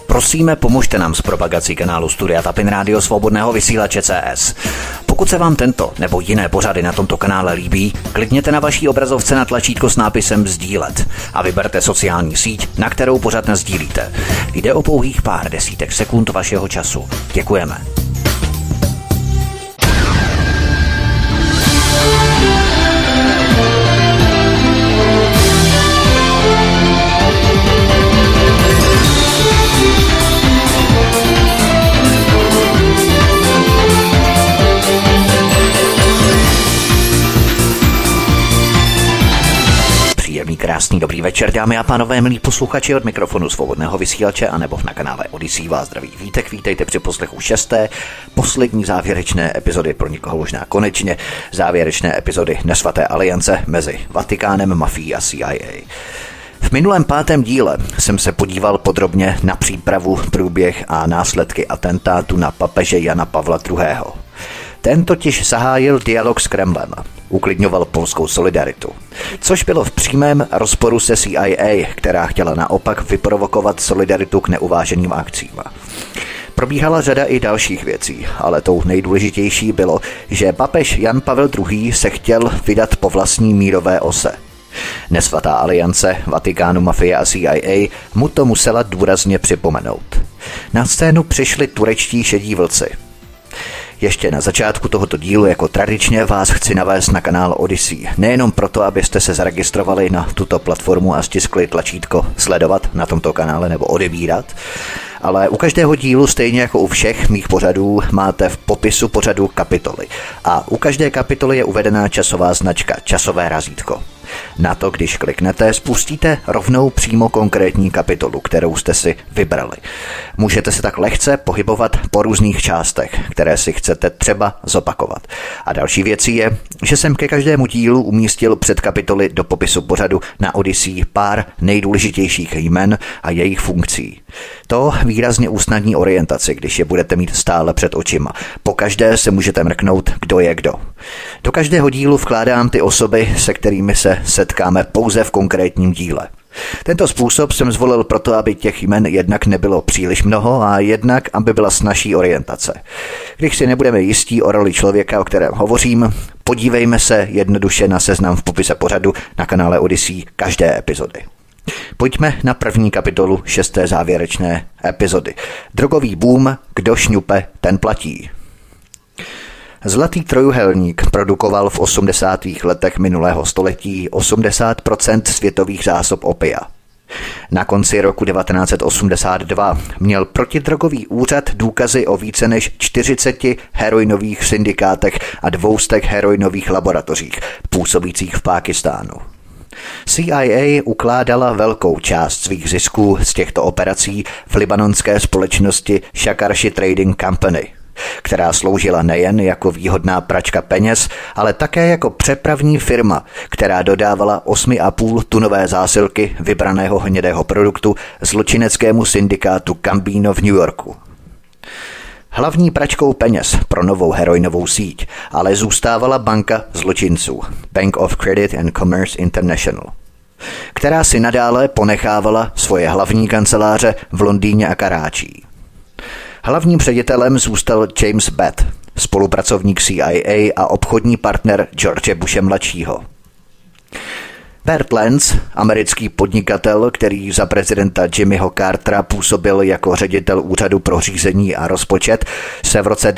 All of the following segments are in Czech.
Prosíme, pomožte nám s propagací kanálu Studia Tapin Rádio Svobodného vysílače CS. Pokud se vám tento nebo jiné pořady na tomto kanále líbí, klikněte na vaší obrazovce na tlačítko s nápisem sdílet a vyberte sociální síť, na kterou pořad nasdílíte. Jde o pouhých pár desítek sekund vašeho času. Děkujeme. Krásný dobrý večer, dámy a pánové, milí posluchači, od mikrofonu Svobodného vysílače a nebo na kanále Odyssey vás zdraví Vítek. Vítejte při poslechu 6. poslední závěrečné epizody, pro někoho možná konečně závěrečné epizody nesvaté aliance mezi Vatikánem, mafií a CIA. V minulém 5. díle jsem se podíval podrobně na přípravu, průběh a následky atentátu na papeže Jana Pavla II. Ten totiž zahájil dialog s Kremlem, uklidňoval polskou solidaritu, což bylo v přímém rozporu se CIA, která chtěla naopak vyprovokovat solidaritu k neuváženým akcím. Probíhala řada i dalších věcí, ale tou nejdůležitější bylo, že papež Jan Pavel II. Se chtěl vydat po vlastní mírové ose. Nesvatá aliance Vatikánu, mafie a CIA mu to musela důrazně připomenout. Na scénu přišli turečtí šedí vlci. Ještě na začátku tohoto dílu jako tradičně vás chci navést na kanál Odyssey. Nejenom proto, abyste se zaregistrovali na tuto platformu a stiskli tlačítko sledovat na tomto kanále nebo odebírat, ale u každého dílu, stejně jako u všech mých pořadů, máte v popisu pořadu kapitoly. A u každé kapitoly je uvedená časová značka, časové razítko. Na to, když kliknete, spustíte rovnou přímo konkrétní kapitolu, kterou jste si vybrali. Můžete se tak lehce pohybovat po různých částech, které si chcete třeba zopakovat. A další věcí je, že jsem ke každému dílu umístil před kapitoly do popisu pořadu na Odyssey pár nejdůležitějších jmen a jejich funkcí. To výrazně usnadní orientaci, když je budete mít stále před očima. Po každé se můžete mrknout, kdo je kdo. Do každého dílu vkládám ty osoby, se kterými se setkáme pouze v konkrétním díle. Tento způsob jsem zvolil proto, aby těch jmen jednak nebylo příliš mnoho a jednak, aby byla snazší orientace. Když si nebudeme jistí o roli člověka, o kterém hovořím, podívejme se jednoduše na seznam v popise pořadu na kanále Odyssey každé epizody. Pojďme na první kapitolu 6. závěrečné epizody. Drogový boom, kdo šňupe, ten platí. Zlatý trojúhelník produkoval v 80. letech minulého století 80% světových zásob opia. Na konci roku 1982 měl protidrogový úřad důkazy o více než 40 heroinových syndikátech a 200 heroinových laboratořích působících v Pákistánu. CIA ukládala velkou část svých zisků z těchto operací v libanonské společnosti Shakarshi Trading Company, která sloužila nejen jako výhodná pračka peněz, ale také jako přepravní firma, která dodávala 8,5 tunové zásilky vybraného hnědého produktu zločineckému syndikátu Gambino v New Yorku. Hlavní pračkou peněz pro novou heroinovou síť ale zůstávala banka zločinců, Bank of Credit and Commerce International, která si nadále ponechávala svoje hlavní kanceláře v Londýně a Karáčí. Hlavním ředitelem zůstal James Batt, spolupracovník CIA a obchodní partner George Bushe mladšího. Bert Lenz, americký podnikatel, který za prezidenta Jimmyho Cartera působil jako ředitel úřadu pro řízení a rozpočet, se v roce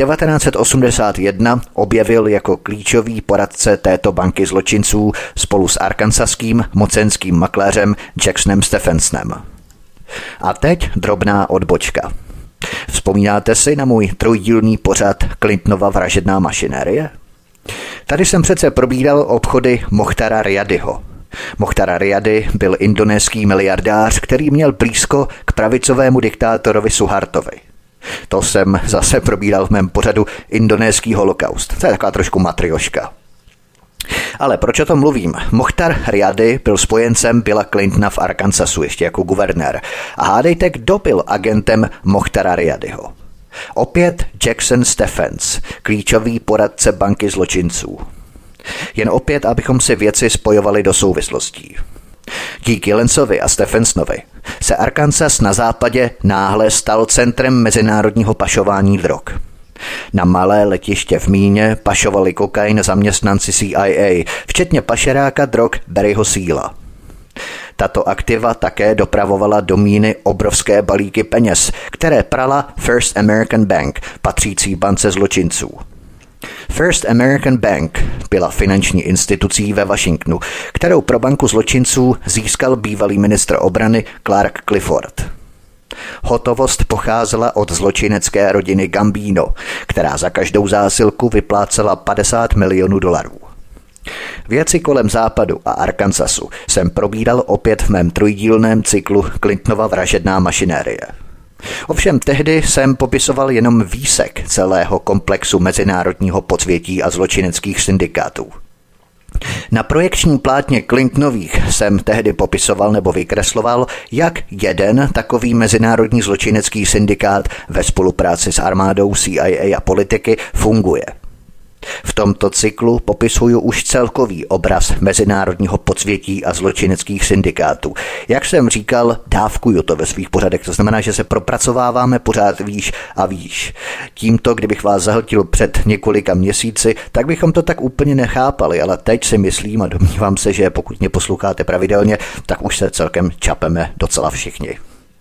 1981 objevil jako klíčový poradce této banky zločinců spolu s arkansaským mocenským makléřem Jacksonem Stephensonem. A teď drobná odbočka. Vzpomínáte si na můj trojdílný pořad Clintonova vražedná mašinérie? Tady jsem přece probíral obchody Mohtara Riadiho. Mohtar Riadi byl indonéský miliardář, který měl blízko k pravicovému diktátorovi Suhartovi. To jsem zase probíral v mém pořadu Indonéský holokaust. To je taková trošku matrioška. Ale proč o tom mluvím? Mohtar Riadi byl spojencem Billa Clintona v Arkansasu ještě jako guvernér. A hádejte, kdo byl agentem Mohtara Riadiho? Opět Jackson Stephens, klíčový poradce banky zločinců. Jen opět, abychom si věci spojovali do souvislostí. Díky Lenzovi a Stephensonovi se Arkansas na západě náhle stal centrem mezinárodního pašování drog. Na malé letiště v Míně pašovali kokain zaměstnanci CIA, včetně pašeráka drog Barryho Seala. Tato aktiva také dopravovala do Míny obrovské balíky peněz, které prala First American Bank, patřící bance zločinců. First American Bank byla finanční institucí ve Washingtonu, kterou pro banku zločinců získal bývalý ministr obrany Clark Clifford. Hotovost pocházela od zločinecké rodiny Gambino, která za každou zásilku vyplácela $50 milionů. Věci kolem Západu a Arkansasu jsem probíral opět v mém trojdílném cyklu Clintonova vražedná mašinérie. Ovšem tehdy jsem popisoval jenom výsek celého komplexu mezinárodního podsvětí a zločineckých syndikátů. Na projekční plátně Clintonových jsem tehdy popisoval nebo vykresloval, jak jeden takový mezinárodní zločinecký syndikát ve spolupráci s armádou, CIA a politiky funguje. V tomto cyklu popisuju už celkový obraz mezinárodního podsvětí a zločineckých syndikátů. Jak jsem říkal, dávkuju to ve svých pořadech, to znamená, že se propracováváme pořád výš a výš. Tímto, kdybych vás zahltil před několika měsíci, tak bychom to tak úplně nechápali, ale teď si myslím a domnívám se, že pokud mě posloucháte pravidelně, tak už se celkem čapeme docela všichni.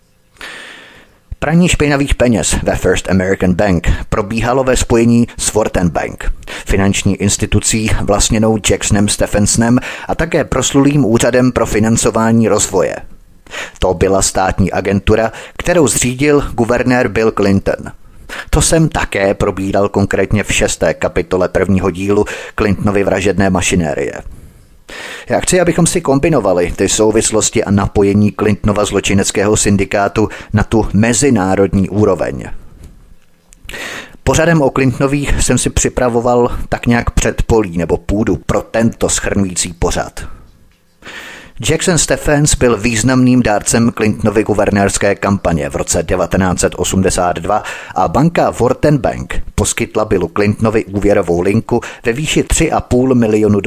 Praní špinavých peněz ve First American Bank probíhalo ve spojení s Forten Bank, finanční institucí vlastněnou Jacksonem Stephensonem a také proslulým úřadem pro financování rozvoje. To byla státní agentura, kterou zřídil guvernér Bill Clinton. To jsem také probíral konkrétně v 6. kapitole prvního dílu Clintonovy vražedné mašinérie. Já chci, abychom si kombinovali ty souvislosti a napojení Clintonova zločineckého syndikátu na tu mezinárodní úroveň. Pořadem o Clintonových jsem si připravoval tak nějak předpolí nebo půdu pro tento shrnující pořad. Jackson Stephens byl významným dárcem Clintonovy guvernérské kampaně v roce 1982 a banka Forten Bank poskytla Billu Clintonovi úvěrovou linku ve výši $3,5 milionu.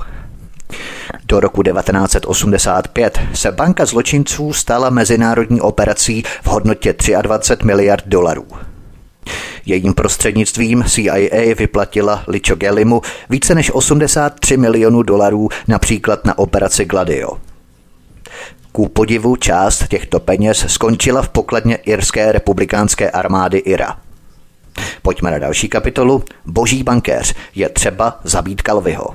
Do roku 1985 se banka zločinců stala mezinárodní operací v hodnotě $23 miliard. Jejím prostřednictvím CIA vyplatila Licho Gellimu více než $83 milionů například na operaci Gladio. Ku podivu část těchto peněz skončila v pokladně irské republikánské armády IRA. Pojďme na další kapitolu. Boží bankéř, je třeba zabít Calviho.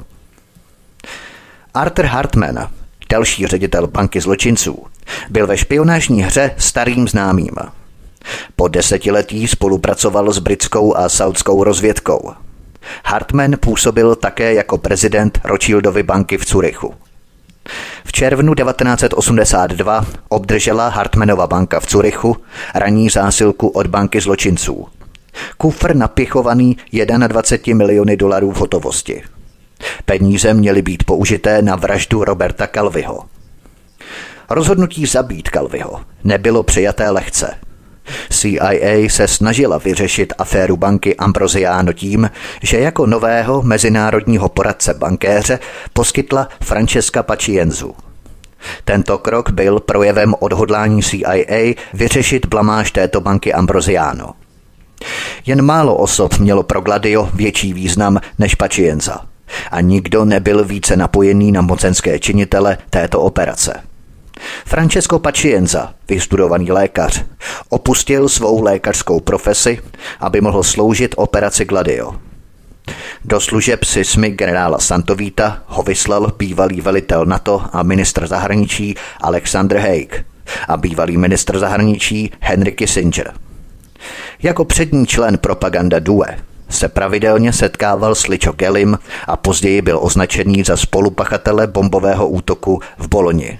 Arthur Hartman, další ředitel banky zločinců, byl ve špionážní hře starým známým. Po desetiletí spolupracoval s britskou a saudskou rozvědkou. Hartman působil také jako prezident Rothschildovy banky v Curychu. V červnu 1982 obdržela Hartmanova banka v Curychu ranní zásilku od banky zločinců. Kufr napěchovaný $21 miliony v hotovosti. Peníze měly být použité na vraždu Roberta Calviho. Rozhodnutí zabít Calviho nebylo přijaté lehce. CIA se snažila vyřešit aféru banky Ambrosiano tím, že jako nového mezinárodního poradce bankéře poskytla Francesca Pacienzu. Tento krok byl projevem odhodlání CIA vyřešit blamáž této banky Ambrosiano. Jen málo osob mělo pro Gladio větší význam než Pacienza a nikdo nebyl více napojený na mocenské činitele této operace. Francesco Pacienza, vystudovaný lékař, opustil svou lékařskou profesi, aby mohl sloužit operaci Gladio. Do služeb SISMY generála Santovita ho vyslal bývalý velitel NATO a ministr zahraničí Alexander Haig a bývalý ministr zahraničí Henry Kissinger. Jako přední člen propaganda DUE se pravidelně setkával s Licho Gellim a později byl označený za spolupachatele bombového útoku v Bologni.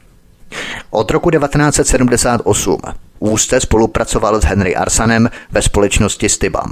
Od roku 1978 úzce spolupracoval s Henry Arsanem ve společnosti Stibam.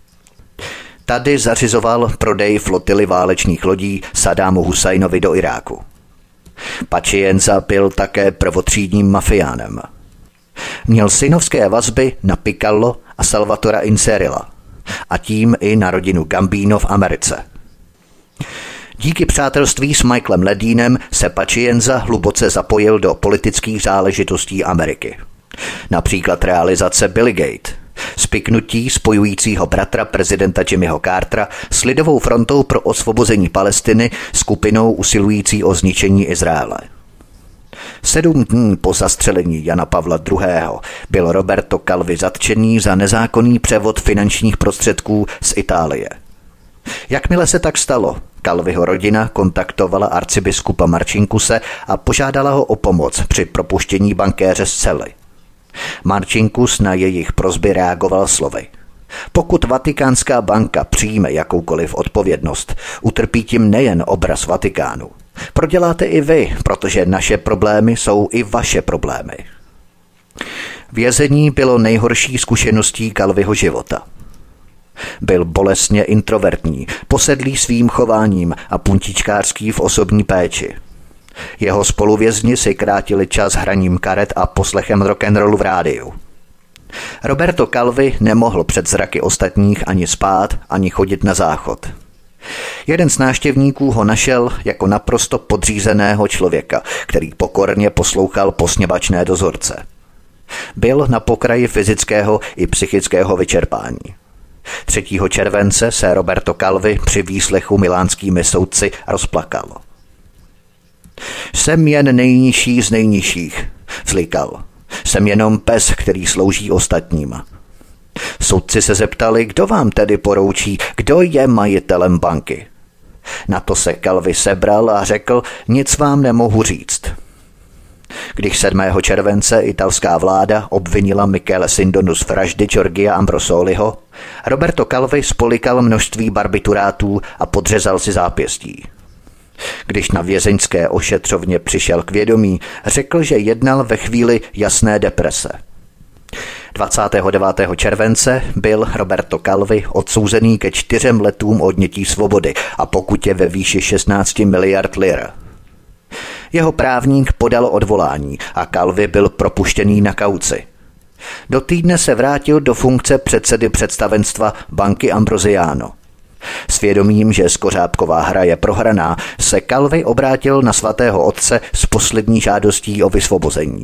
Tady zařizoval prodej flotily válečných lodí Saddámu Husajnovi do Iráku. Pacienza byl také prvotřídním mafiánem. Měl synovské vazby na Picallo a Salvatora Inserila a tím i na rodinu Gambino v Americe. Díky přátelství s Michaelem Ledeenem se Pacienza hluboce zapojil do politických záležitostí Ameriky. Například realizace Billygate, spiknutí spojujícího bratra prezidenta Jimmyho Cartera s Lidovou frontou pro osvobození Palestiny, skupinou usilující o zničení Izraele. 7 dní po zastřelení Jana Pavla II. Byl Roberto Calvi zatčený za nezákonný převod finančních prostředků z Itálie. Jakmile se tak stalo, Calviho rodina kontaktovala arcibiskupa Marcinkuse a požádala ho o pomoc při propuštění bankéře z cely. Marcinkus na jejich prosby reagoval slovy: pokud Vatikánská banka přijme jakoukoliv odpovědnost, utrpí tím nejen obraz Vatikánu. Proděláte i vy, protože naše problémy jsou i vaše problémy. Vězení bylo nejhorší zkušeností Calviho života. Byl bolestně introvertní, posedlý svým chováním a puntičkářský v osobní péči. Jeho spoluvězni si krátili čas hraním karet a poslechem rock'n'rollu v rádiu. Roberto Calvi nemohl před zraky ostatních ani spát, ani chodit na záchod. Jeden z návštěvníků ho našel jako naprosto podřízeného člověka, který pokorně poslouchal posměvačné dozorce. Byl na pokraji fyzického i psychického vyčerpání. 3. července se Roberto Calvi při výslechu milánskými soudci rozplakal. Jsem jen nejnižší z nejnižších, vzlikal. Jsem jenom pes, který slouží ostatním. Soudci se zeptali, kdo vám tedy poroučí, kdo je majitelem banky. Na to se Calvi sebral a řekl, nic vám nemohu říct. Když 7. července italská vláda obvinila Michele Sindonu z vraždy Giorgia Ambrosoliho, Roberto Calvi spolikal množství barbiturátů a podřezal si zápěstí. Když na vězeňské ošetřovně přišel k vědomí, řekl, že jednal ve chvíli jasné deprese. 29. července byl Roberto Calvi odsouzený ke 4 letům odnětí svobody a pokutě ve výši 16 miliard lir. Jeho právník podal odvolání a Calvi byl propuštěný na kauci. Do týdne se vrátil do funkce předsedy představenstva banky Ambrosiano. S vědomím, že skořápková hra je prohraná, se Calvi obrátil na svatého otce s poslední žádostí o vysvobození.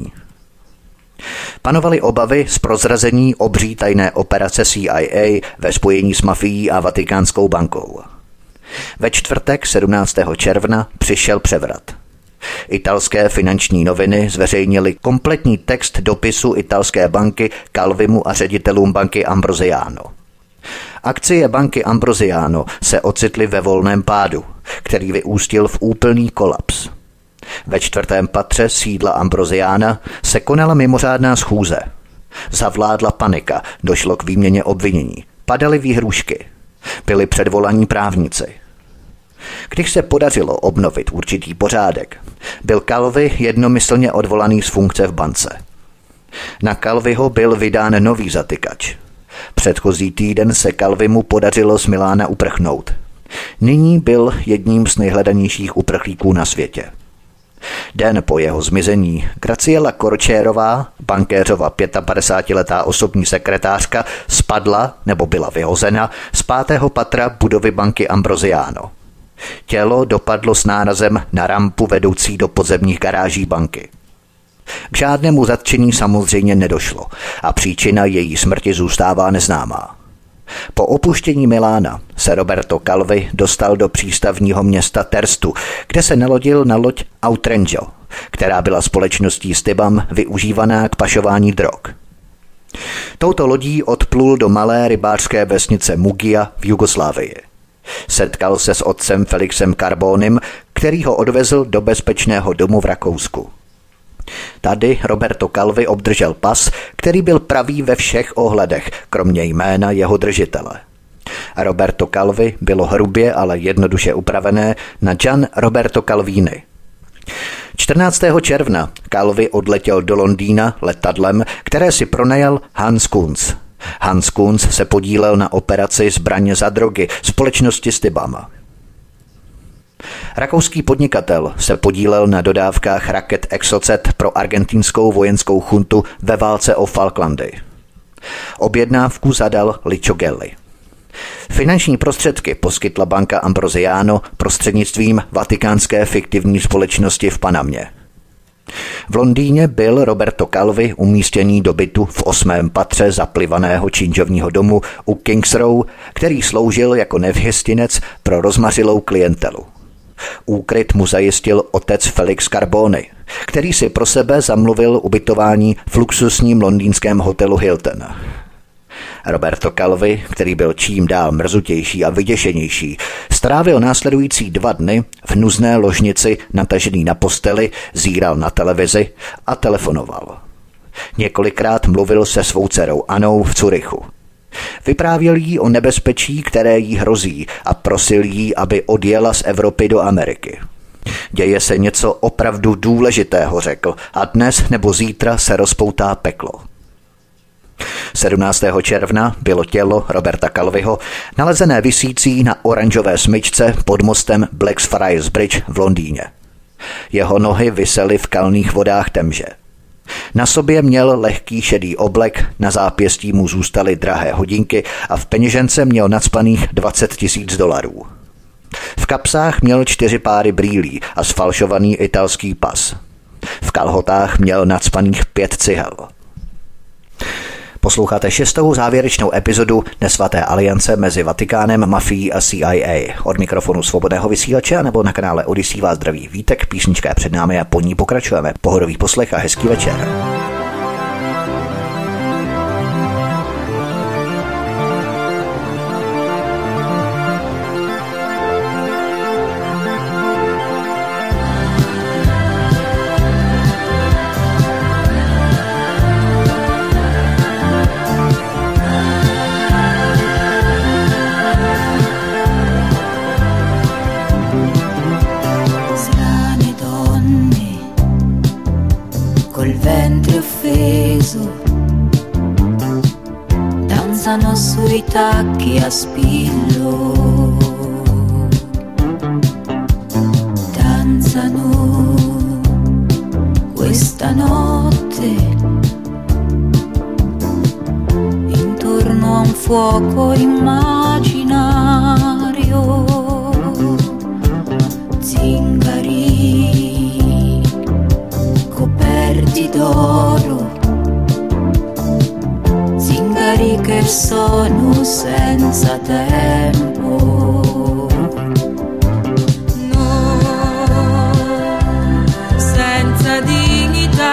Panovaly obavy z prozrazení obří tajné operace CIA ve spojení s mafií a Vatikánskou bankou. Ve čtvrtek 17. června přišel převrat. Italské finanční noviny zveřejnily kompletní text dopisu italské banky Calvimu a ředitelům banky Ambrosiano. Akcie banky Ambrosiano se ocitly ve volném pádu, který vyústil v úplný kolaps. Ve 4. patře sídla Ambrosiana se konala mimořádná schůze. Zavládla panika, došlo k výměně obvinění, padaly výhrůžky, byli předvolaní právníci. Když se podařilo obnovit určitý pořádek, byl Calvi jednomyslně odvolaný z funkce v bance. Na Calviho byl vydán nový zatykač. Předchozí týden se Calvimu podařilo z Milána uprchnout. Nyní byl jedním z nejhledanějších uprchlíků na světě. Den po jeho zmizení Graciela Corčérová, bankéřova 55letá osobní sekretářka, spadla nebo byla vyhozena z 5. patra budovy banky Ambrosiano. Tělo dopadlo s nárazem na rampu vedoucí do podzemních garáží banky. K žádnému zatčení samozřejmě nedošlo a příčina její smrti zůstává neznámá. Po opuštění Milána se Roberto Calvi dostal do přístavního města Terstu, kde se nalodil na loď Outranjo, která byla společností Stibam využívaná k pašování drog. Touto lodí odplul do malé rybářské vesnice Mugia v Jugoslávii. Setkal se s otcem Felixem Carbonem, který ho odvezl do bezpečného domu v Rakousku. Tady Roberto Calvi obdržel pas, který byl pravý ve všech ohledech, kromě jména jeho držitele. Roberto Calvi bylo hrubě, ale jednoduše upravené na Gian Roberto Calvini. 14. června Calvi odletěl do Londýna letadlem, které si pronajal Hans Kunz. Hans Kunz se podílel na operaci Zbraně za drogy společnosti Stibama. Rakouský podnikatel se podílel na dodávkách raket Exocet pro argentinskou vojenskou chuntu ve válce o Falklandy. Objednávku zadal Licio Gelli. Finanční prostředky poskytla banka Ambrosiano prostřednictvím vatikánské fiktivní společnosti v Panamě. V Londýně byl Roberto Calvi umístěný do bytu v 8. patře zaplivaného činžovního domu u Kings Row, který sloužil jako nevhystinec pro rozmařilou klientelu. Úkryt mu zajistil otec Felix Carboni, který si pro sebe zamluvil ubytování v luxusním londýnském hotelu Hilton. Roberto Calvi, který byl čím dál mrzutější a vyděšenější, strávil následující 2 dny v nuzné ložnici natažený na posteli, zíral na televizi a telefonoval. Několikrát mluvil se svou dcerou Anou v Curychu. Vyprávěl jí o nebezpečí, které jí hrozí, a prosil jí, aby odjela z Evropy do Ameriky. Děje se něco opravdu důležitého, řekl, a dnes nebo zítra se rozpoutá peklo. 17. června bylo tělo Roberta Calviho nalezené visící na oranžové smyčce pod mostem Blackfriars Bridge v Londýně. Jeho nohy visely v kalných vodách Temže. Na sobě měl lehký šedý oblek, na zápěstí mu zůstaly drahé hodinky a v peněžence měl nacpaných $20,000. V kapsách měl 4 páry brýlí a sfalšovaný italský pas. V kalhotách měl nacpaných 5 cihel. Posloucháte 6. závěrečnou epizodu Nesvaté aliance mezi Vatikánem, mafií a CIA. Od mikrofonu Svobodného vysílače nebo na kanále Odyssey vás zdraví Vítek, písnička je před námi a po ní pokračujeme. Pohodový poslech a hezký večer. Danzano sui tacchi a spillo, danzano questa notte intorno a un fuoco immaginario, zingari coperti d'oro, zingari che sono senza tempo, no, senza dignità.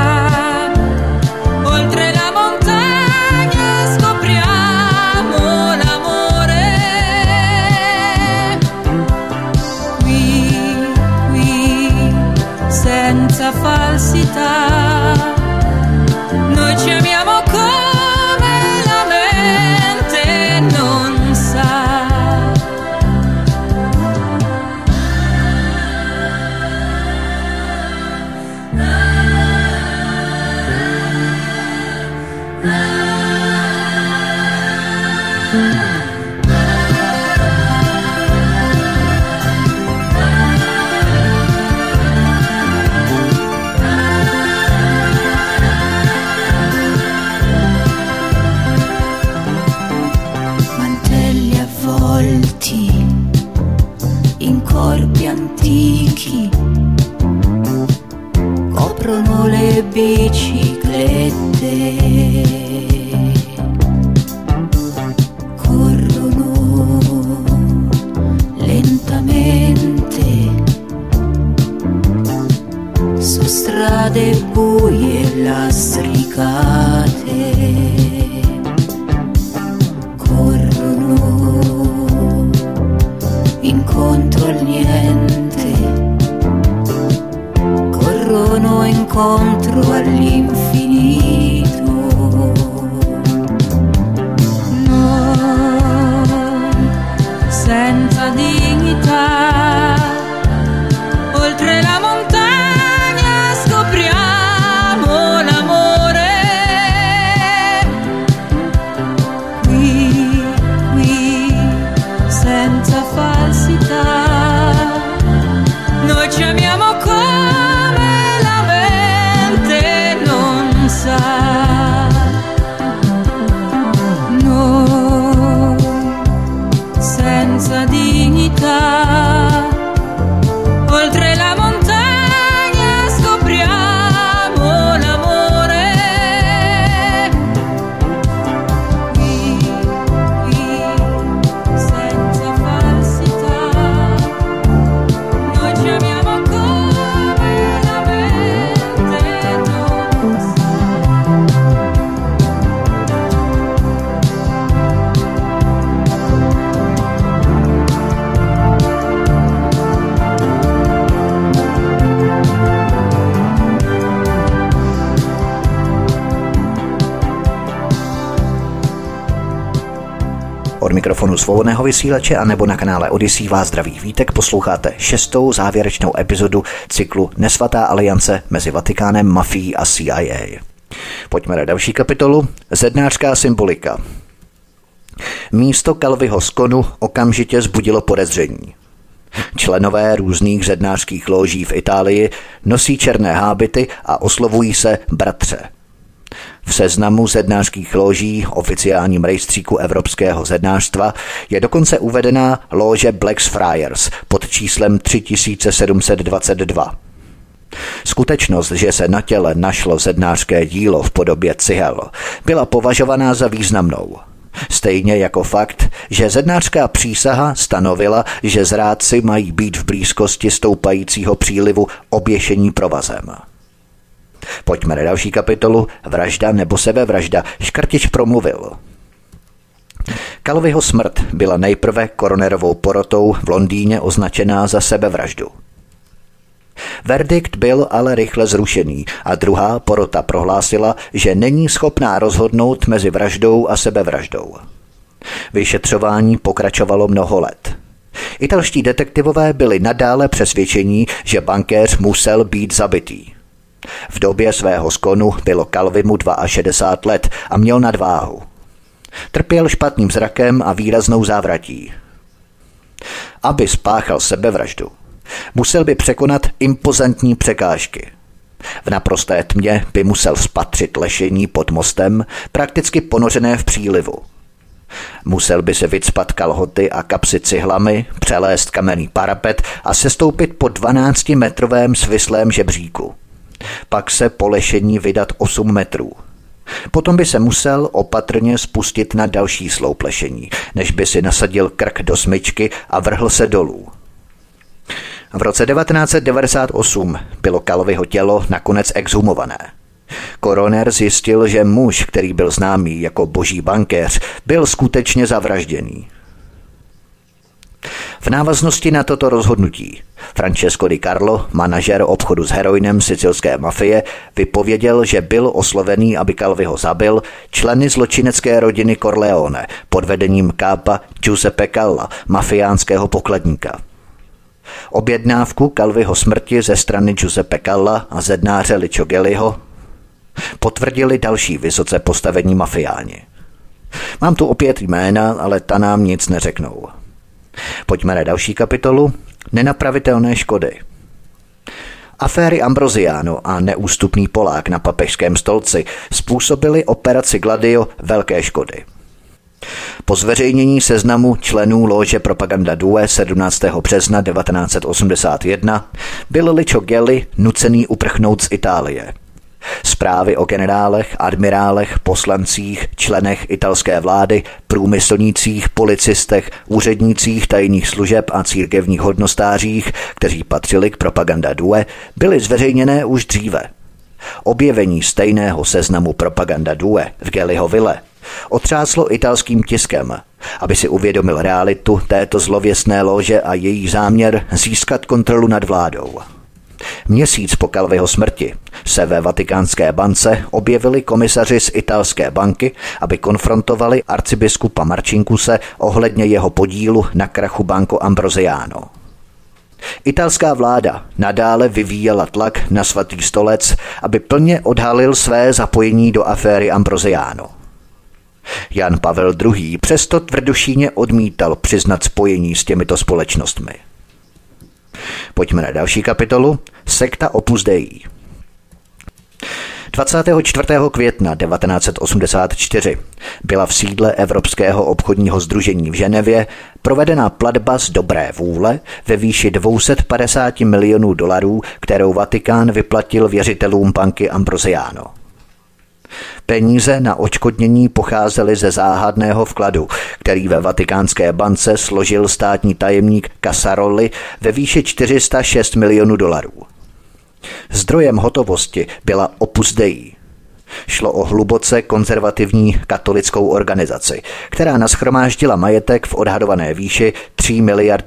Oltre la montagna scopriamo l'amore, qui, senza falsità. Noi ci amiamo come la mente non sa. Mantelli avvolti in corpi antichi coprono le biciclette, corrono lentamente su strade buie e lastricate, corrono incontro al niente, corrono incontro all'infinito, no, senza dignità. Oltre la montagna scopriamo l'amore, qui, senza falsità. Noi ci amiamo come la mente non senza dignità. Oltre la montagna scopriamo l'amore. Qui senza falsità. Noi ci amiamo come la mente non sa. Od mikrofonu Svobodného vysílače a nebo na kanále Odyssey vás zdraví Vítek, posloucháte 6. závěrečnou epizodu cyklu Nesvatá aliance mezi Vatikánem, mafií a CIA. Pojďme na další kapitolu. Zednářská symbolika. Místo Calviho skonu okamžitě vzbudilo podezření. Členové různých zednářských lóží v Itálii nosí černé hábity a oslovují se bratře. V seznamu zednářských lóží, oficiálním rejstříku evropského zednářstva, je dokonce uvedená lóže Blackfriars pod číslem 3722. Skutečnost, že se na těle našlo zednářské dílo v podobě cihel, byla považovaná za významnou. Stejně jako fakt, že zednářská přísaha stanovila, že zrádci mají být v blízkosti stoupajícího přílivu oběšení provazem. Pojďme na další kapitolu. Vražda nebo sebevražda. Škrtič promluvil. Calviho smrt byla nejprve koronerovou porotou v Londýně označená za sebevraždu. Verdikt byl ale rychle zrušený a druhá porota prohlásila, že není schopná rozhodnout mezi vraždou a sebevraždou. Vyšetřování pokračovalo mnoho let. Italští detektivové byli nadále přesvědčení, že bankéř musel být zabitý. V době svého skonu bylo Calvimu 62 let a měl nadváhu. Trpěl špatným zrakem a výraznou závratí. Aby spáchal sebevraždu, musel by překonat impozantní překážky. V naprosté tmě by musel spatřit lešení pod mostem, prakticky ponořené v přílivu. Musel by se vycpat kalhoty a kapsy cihlami, přelézt kamenný parapet a sestoupit po 12-metrovém svislém žebříku. Pak se po lešení vydat 8 metrů. Potom by se musel opatrně spustit na další sloup lešení, než by si nasadil krk do smyčky a vrhl se dolů. V roce 1998 bylo Calviho tělo nakonec exhumované. Koroner zjistil, že muž, který byl známý jako boží bankéř, byl skutečně zavražděný. V návaznosti na toto rozhodnutí Francesco Di Carlo, manažer obchodu s heroinem sicilské mafie, vypověděl, že byl oslovený, aby Calviho zabil, členy zločinecké rodiny Corleone pod vedením kápa Giuseppe Calla, mafiánského pokladníka. Objednávku Calviho smrti ze strany Giuseppe Calla a zednáře Licio Gelliho potvrdili další vysoce postavení mafiáni. Mám tu opět jména, ale ta nám nic neřeknou. Pojďme na další kapitolu. Nenapravitelné škody. Aféry Ambrosiano a neústupný Polák na papežském stolci způsobily operaci Gladio velké škody. Po zveřejnění seznamu členů lóže Propaganda Due 17. března 1981 byl Licio Gelli nucený uprchnout z Itálie. Zprávy o generálech, admirálech, poslancích, členech italské vlády, průmyslnících, policistech, úřednících tajných služeb a církevních hodnostářích, kteří patřili k Propaganda Due, byly zveřejněné už dříve. Objevení stejného seznamu Propaganda Due v Gelliho vile otřáslo italským tiskem, aby si uvědomil realitu této zlověstné lóže a její záměr získat kontrolu nad vládou. Měsíc po Calviho smrti se ve Vatikánské bance objevili komisaři z italské banky, aby konfrontovali arcibiskupa Marcinkuse ohledně jeho podílu na krachu Banco Ambrosiano. Italská vláda nadále vyvíjela tlak na Svatý stolec, aby plně odhalil své zapojení do aféry Ambrosiano. Jan Pavel II. Přesto tvrdošíjně odmítal přiznat spojení s těmito společnostmi. Pojďme na další kapitolu. Sekta Opus Dei. 24. května 1984 byla v sídle Evropského obchodního sdružení v Ženevě provedena platba z dobré vůle ve výši $250 milionů, kterou Vatikán vyplatil věřitelům banky Ambrosiano. Peníze na odškodnění pocházely ze záhadného vkladu, který ve vatikánské bance složil státní tajemník Casaroli ve výši $406 milionů. Zdrojem hotovosti byla Opus Dei. Šlo o hluboce konzervativní katolickou organizaci, která nashromáždila majetek v odhadované výši $3 miliard.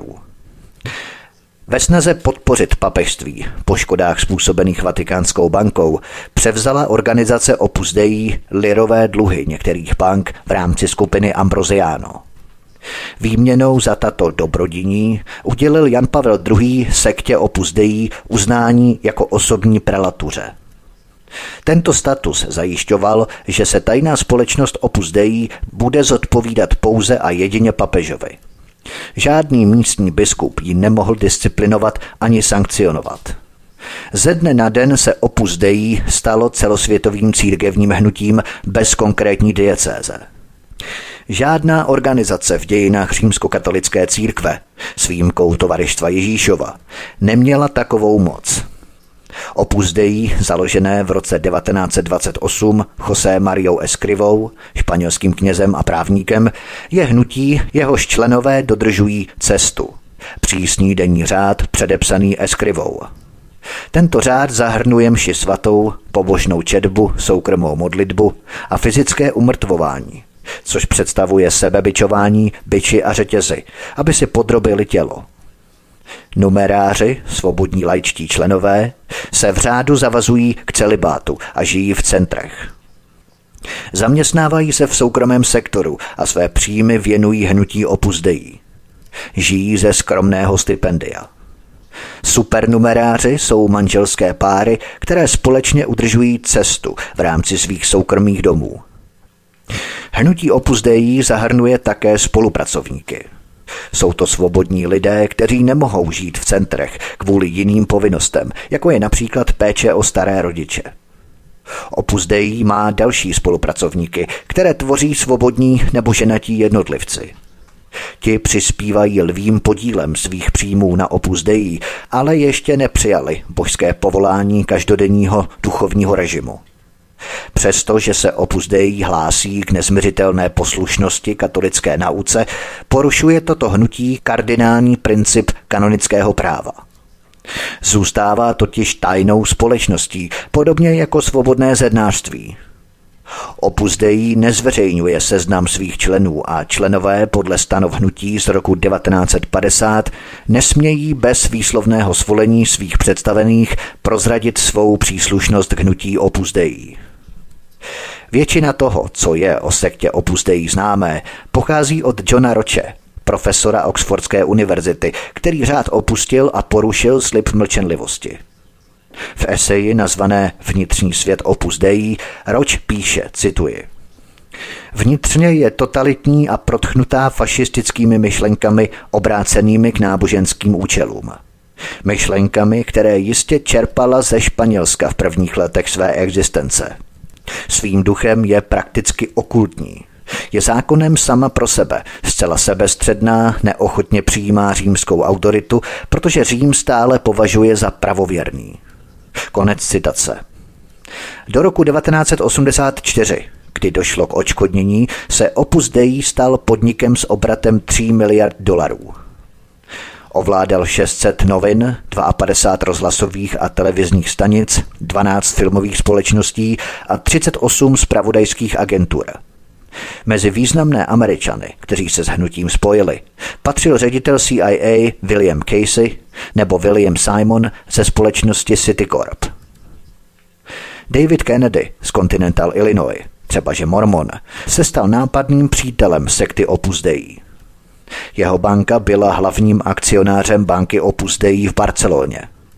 Ve snaze podpořit papežství po škodách způsobených Vatikánskou bankou převzala organizace Opus Dei lirové dluhy některých bank v rámci skupiny Ambrosiano. Výměnou za tato dobrodiní udělil Jan Pavel II. Sektě Opus Dei uznání jako osobní prelatuře. Tento status zajišťoval, že se tajná společnost Opus Dei bude zodpovídat pouze a jedině papežovi. Žádný místní biskup ji nemohl disciplinovat ani sankcionovat. Ze dne na den se Opus Dei stalo celosvětovým církevním hnutím bez konkrétní diecéze. Žádná organizace v dějinách římskokatolické církve, s výjimkou Tovaristva Ježíšova, neměla takovou moc. Opus Dei, založené v roce 1928 José Mariou Escrivou, španělským knězem a právníkem, je hnutí, jehož členové dodržují cestu, přísný denní řád předepsaný Escrivou. Tento řád zahrnuje mši svatou, pobožnou četbu, soukromou modlitbu a fyzické umrtvování, což představuje sebebičování, biči a řetězy, aby si podrobili tělo. Numeráři, svobodní laičtí členové, se v řádu zavazují k celibátu a žijí v centrech. Zaměstnávají se v soukromém sektoru a své příjmy věnují hnutí Opus Dei. Žijí ze skromného stipendia. Supernumeráři jsou manželské páry, které společně udržují cestu v rámci svých soukromých domů. Hnutí Opus Dei zahrnuje také spolupracovníky. Jsou to svobodní lidé, kteří nemohou žít v centrech kvůli jiným povinnostem, jako je například péče o staré rodiče. Opus Dei má další spolupracovníky, které tvoří svobodní nebo ženatí jednotlivci. Ti přispívají lvým podílem svých příjmů na Opus Dei, ale ještě nepřijali božské povolání každodenního duchovního režimu. Přestože se Opus Dei hlásí k nezměřitelné poslušnosti katolické nauce, porušuje toto hnutí kardinální princip kanonického práva. Zůstává totiž tajnou společností, podobně jako svobodné zednářství. Opus Dei nezveřejňuje seznam svých členů a členové podle stanov hnutí z roku 1950 nesmějí bez výslovného svolení svých představených prozradit svou příslušnost k hnutí Opus Dei. Většina toho, co je o sektě Opus Dei známé, pochází od Johna Roche, profesora Oxfordské univerzity, který řád opustil a porušil slib mlčenlivosti. V eseji nazvané Vnitřní svět Opus Dei Roche píše, cituji: Vnitřně je totalitní a protchnutá fašistickými myšlenkami obrácenými k náboženským účelům. Myšlenkami, které jistě čerpala ze Španělska v prvních letech své existence. Svým duchem je prakticky okultní. Je zákonem sama pro sebe, zcela sebestředná, neochotně přijímá římskou autoritu, protože Řím stále považuje za pravověrný. Konec citace. Do roku 1984, kdy došlo k odškodnění, se Opus Dei stal podnikem s obratem $3 miliard. Ovládal 600 novin, 52 rozhlasových a televizních stanic, 12 filmových společností a 38 zpravodajských agentur. Mezi významné Američany, kteří se s hnutím spojili, patřil ředitel CIA William Casey nebo William Simon ze společnosti Citicorp. David Kennedy z Continental Illinois, třebaže mormon, se stal nápadným přítelem sekty Opus Dei. Jeho banka byla hlavním akcionářem banky Opus Dei v Barceloně.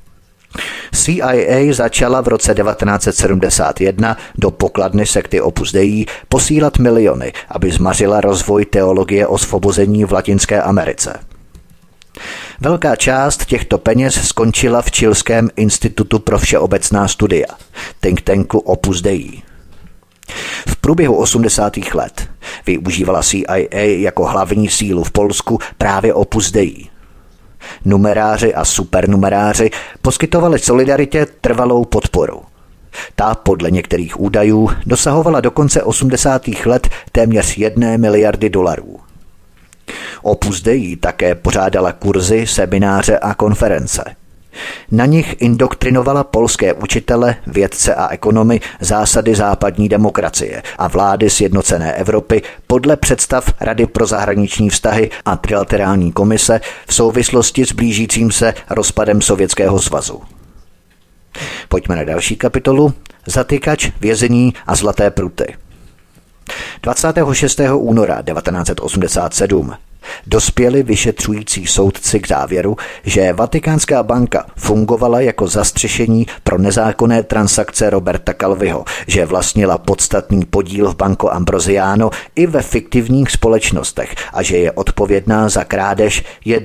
CIA začala v roce 1971 do pokladny sekty Opus Dei posílat miliony, aby zmařila rozvoj teologie osvobození v Latinské Americe. Velká část těchto peněz skončila v Chilském institutu pro všeobecná studia, think tanku Opus Dei. V průběhu 80. let využívala CIA jako hlavní sílu v Polsku právě Opus Dei. Numeráři a supernumeráři poskytovali Solidaritě trvalou podporu. Ta podle některých údajů dosahovala do konce 80. let téměř 1 miliardy dolarů. Opus Dei také pořádala kurzy, semináře a konference. Na nich indoktrinovala polské učitele, vědce a ekonomy zásady západní demokracie a vlády sjednocené Evropy podle představ Rady pro zahraniční vztahy a trilaterální komise v souvislosti s blížícím se rozpadem Sovětského svazu. Pojďme na další kapitolu. Zatykač, vězení a zlaté pruty. 26. února 1987 dospěli vyšetřující soudci k závěru, že Vatikánská banka fungovala jako zastřešení pro nezákonné transakce Roberta Calviho, že vlastnila podstatný podíl v Banco Ambrosiano i ve fiktivních společnostech a že je odpovědná za krádež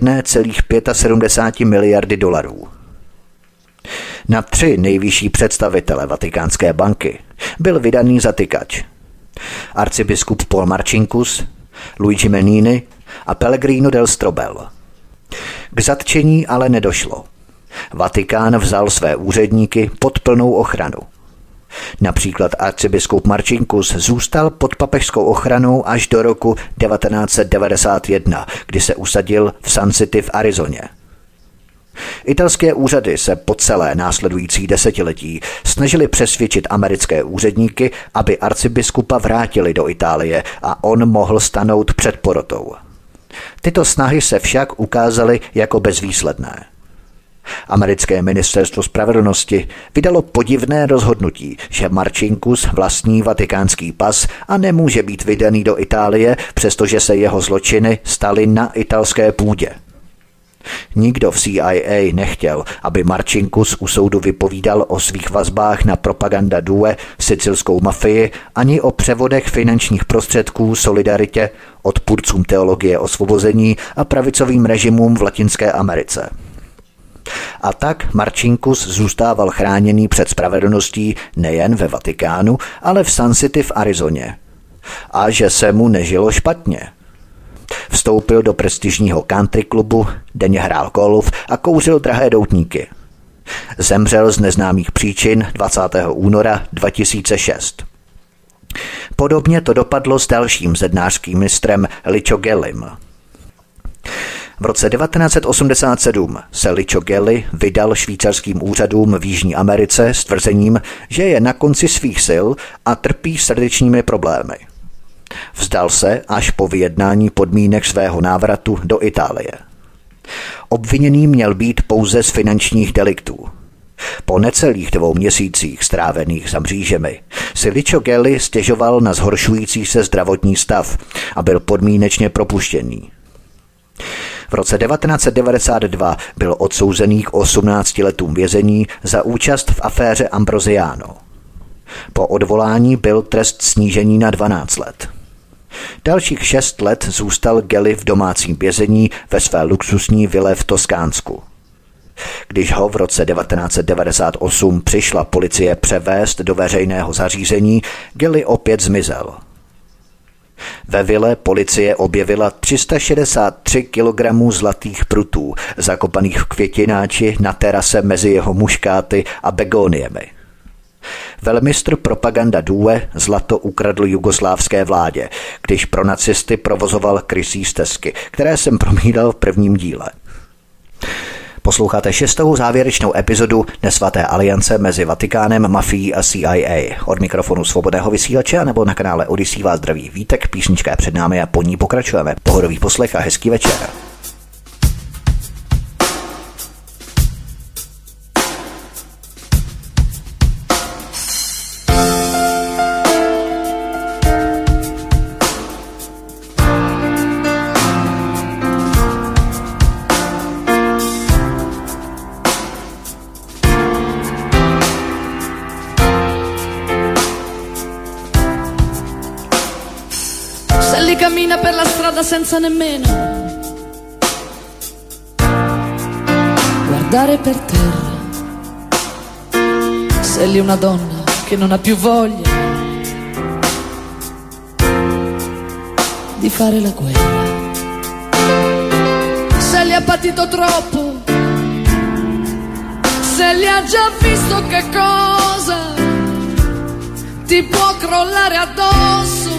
1,75 miliardy dolarů. Na 3 nejvyšší představitele Vatikánské banky byl vydaný zatykač. Arcibiskup Paul Marcinkus, Luigi Menini a Pellegrino del Strobel. K zatčení ale nedošlo. Vatikán vzal své úředníky pod plnou ochranu. Například arcibiskup Marcinkus zůstal pod papežskou ochranou až do roku 1991, kdy se usadil v Sun City v Arizoně. Italské úřady se po celé následující desetiletí snažili přesvědčit americké úředníky, aby arcibiskupa vrátili do Itálie a on mohl stanout před porotou. Tyto snahy se však ukázaly jako bezvýsledné. Americké ministerstvo spravedlnosti vydalo podivné rozhodnutí, že Marcinkus vlastní vatikánský pas a nemůže být vydaný do Itálie, přestože se jeho zločiny staly na italské půdě. Nikdo v CIA nechtěl, aby Marcinkus u soudu vypovídal o svých vazbách na propaganda due, sicilskou mafii, ani o převodech finančních prostředků Solidaritě, odpůrcům teologie osvobození a pravicovým režimům v Latinské Americe. A tak Marcinkus zůstával chráněný před spravedlností nejen ve Vatikánu, ale v Sun City v Arizoně. A že se mu nežilo špatně. Vstoupil do prestižního country klubu, denně hrál golf a kouřil drahé doutníky. Zemřel z neznámých příčin 20. února 2006. Podobně to dopadlo s dalším zednářským mistrem Licio Gellim. V roce 1987 se Licio Gelli vydal švýcarským úřadům v Jižní Americe s tvrzením, že je na konci svých sil a trpí srdečními problémy. Vzdal se až po vyjednání podmínek svého návratu do Itálie. Obviněný měl být pouze z finančních deliktů. Po necelých 2 měsících strávených za mřížemi si Licio Gelli stěžoval na zhoršující se zdravotní stav a byl podmínečně propuštěný. V roce 1992 byl odsouzený k 18 letům vězení za účast v aféře Ambrosiano. Po odvolání byl trest snížený na 12 let. Dalších 6 let zůstal Gelli v domácím vězení ve své luxusní vile v Toskánsku. Když ho v roce 1998 přišla policie převést do veřejného zařízení, Gelli opět zmizel. Ve vile policie objevila 363 kg zlatých prutů, zakopaných v květináči na terase mezi jeho muškáty a begoniemi. Velmistr propaganda due zlato ukradl jugoslávské vládě, když pro nacisty provozoval krysí stezky, které jsem promídal v prvním díle. Posloucháte 6. závěrečnou epizodu Nesvaté aliance mezi Vatikánem, mafií a CIA. Od mikrofonu Svobodného vysílače nebo na kanále Odyssey vás zdraví Vítek, písnička je před námi a po ní pokračujeme. Pohodový poslech a hezký večer. Cammina per la strada senza nemmeno guardare per terra. Se lì una donna che non ha più voglia di fare la guerra, se li ha patito troppo, se li ha già visto che cosa ti può crollare addosso,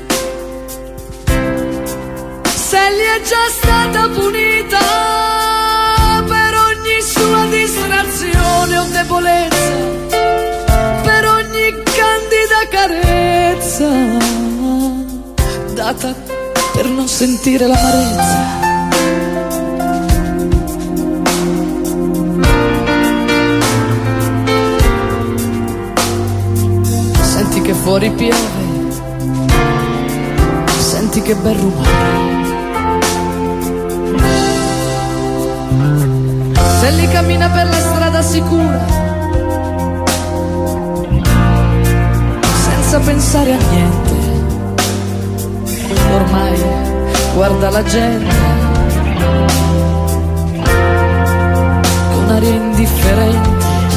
se gli è già stata punita per ogni sua distrazione o debolezza, per ogni candida carezza data per non sentire l'amarezza. Senti che fuori piove, senti che bel rumore. Se lì cammina per la strada sicura, senza pensare a niente, ormai guarda la gente con aria indifferente.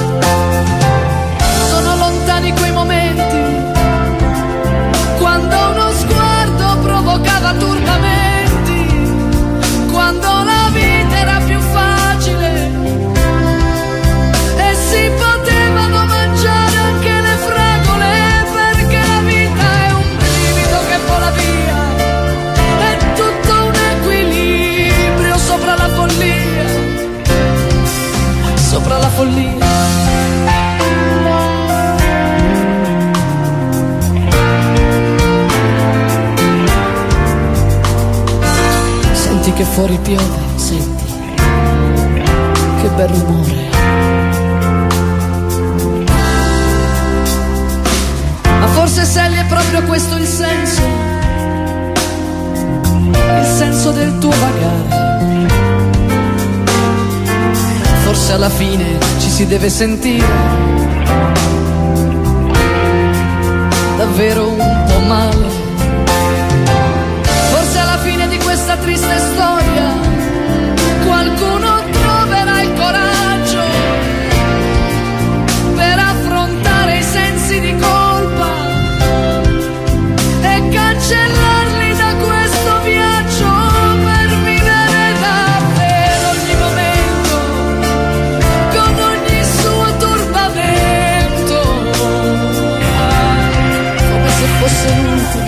Sono lontani quei momenti quando uno sguardo provocava turbamenti, quando la vita era più facile e si potevano mangiare anche le fragole, perché la vita è un brivido che vola via, è tutto un equilibrio sopra la follia, sopra la follia. Senti che fuori piove, senti che bel rumore. Ma forse Sally è proprio questo il senso del tuo vagare. Forse alla fine ci si deve sentire davvero un po' male. Forse alla fine di questa triste storia qualcuno troverà il coraggio per affrontare i sensi di colpa e cancellarli da questo viaggio, per vivere davvero ogni momento con ogni suo turbamento, come se fosse l'ultimo.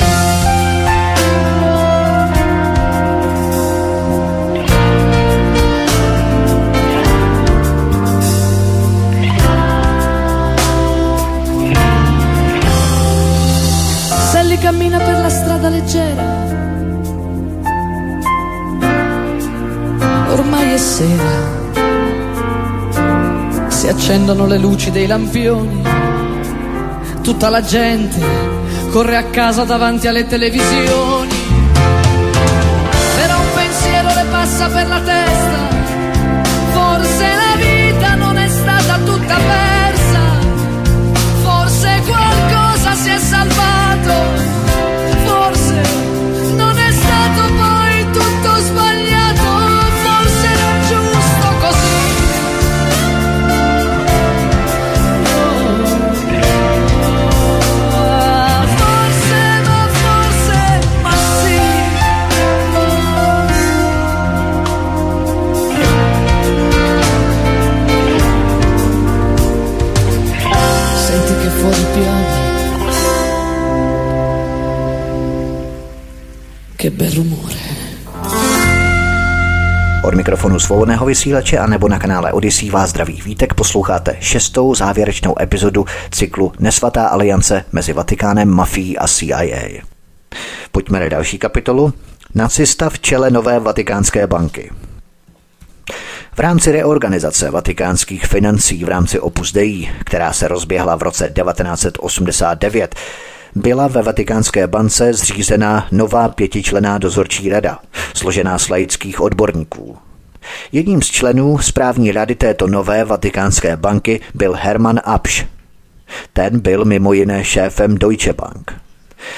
Cammina per la strada leggera, ormai è sera, si accendono le luci dei lampioni, tutta la gente corre a casa davanti alle televisioni, però un pensiero le passa per la testa, forse la vita non è stata tutta persa, forse qualcosa si è salvato, forse non è stato poi tutto sbagliato, forse era giusto così. Forse, ma sì. Senti che fuori piove. Che bel rumore. Od mikrofonu svobodného vysílače a nebo na kanále Odyssey vás zdraví Vítek, posloucháte 6. závěrečnou epizodu cyklu Nesvatá aliance mezi Vatikánem, mafií a CIA. Pojďme na další kapitolu. Nacista v čele nové vatikánské banky. V rámci reorganizace vatikánských financí v rámci Opus Dei, která se rozběhla v roce 1989, byla ve Vatikánské bance zřízena nová 5členná dozorčí rada, složená z laických odborníků. Jedním z členů správní rady této nové Vatikánské banky byl Hermann Absch. Ten byl mimo jiné šéfem Deutsche Bank.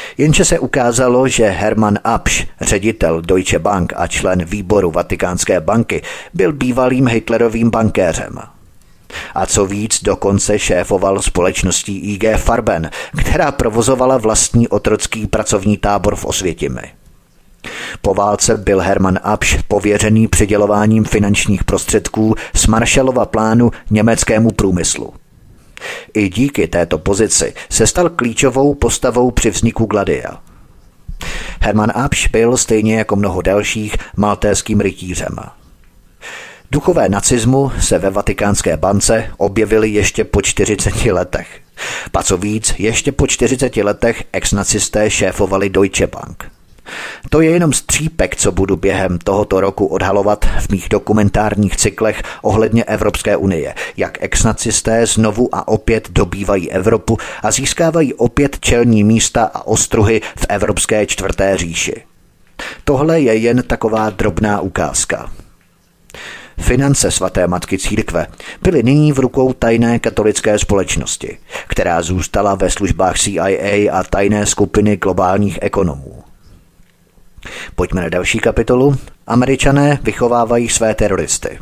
Jenže se ukázalo, že Hermann Absch, ředitel Deutsche Bank a člen výboru Vatikánské banky, byl bývalým Hitlerovým bankéřem. A co víc, dokonce šéfoval společností IG Farben, která provozovala vlastní otrocký pracovní tábor v Osvětimi. Po válce byl Hermann Absch pověřený přidělováním finančních prostředků z Marshallova plánu německému průmyslu. I díky této pozici se stal klíčovou postavou při vzniku Gladia. Hermann Absch byl stejně jako mnoho dalších maltéským rytířem. Duchové nacismu se ve Vatikánské bance objevili ještě po 40 letech. Pa co víc, ještě po 40 letech ex-nacisté šéfovali Deutsche Bank. To je jenom střípek, co budu během tohoto roku odhalovat v mých dokumentárních cyklech ohledně Evropské unie, jak ex-nacisté znovu a opět dobývají Evropu a získávají opět čelní místa a ostruhy v Evropské čtvrté říši. Tohle je jen taková drobná ukázka. Finance svaté matky církve byly nyní v rukou tajné katolické společnosti, která zůstala ve službách CIA a tajné skupiny globálních ekonomů. Pojďme na další kapitolu. Američané vychovávají své teroristy.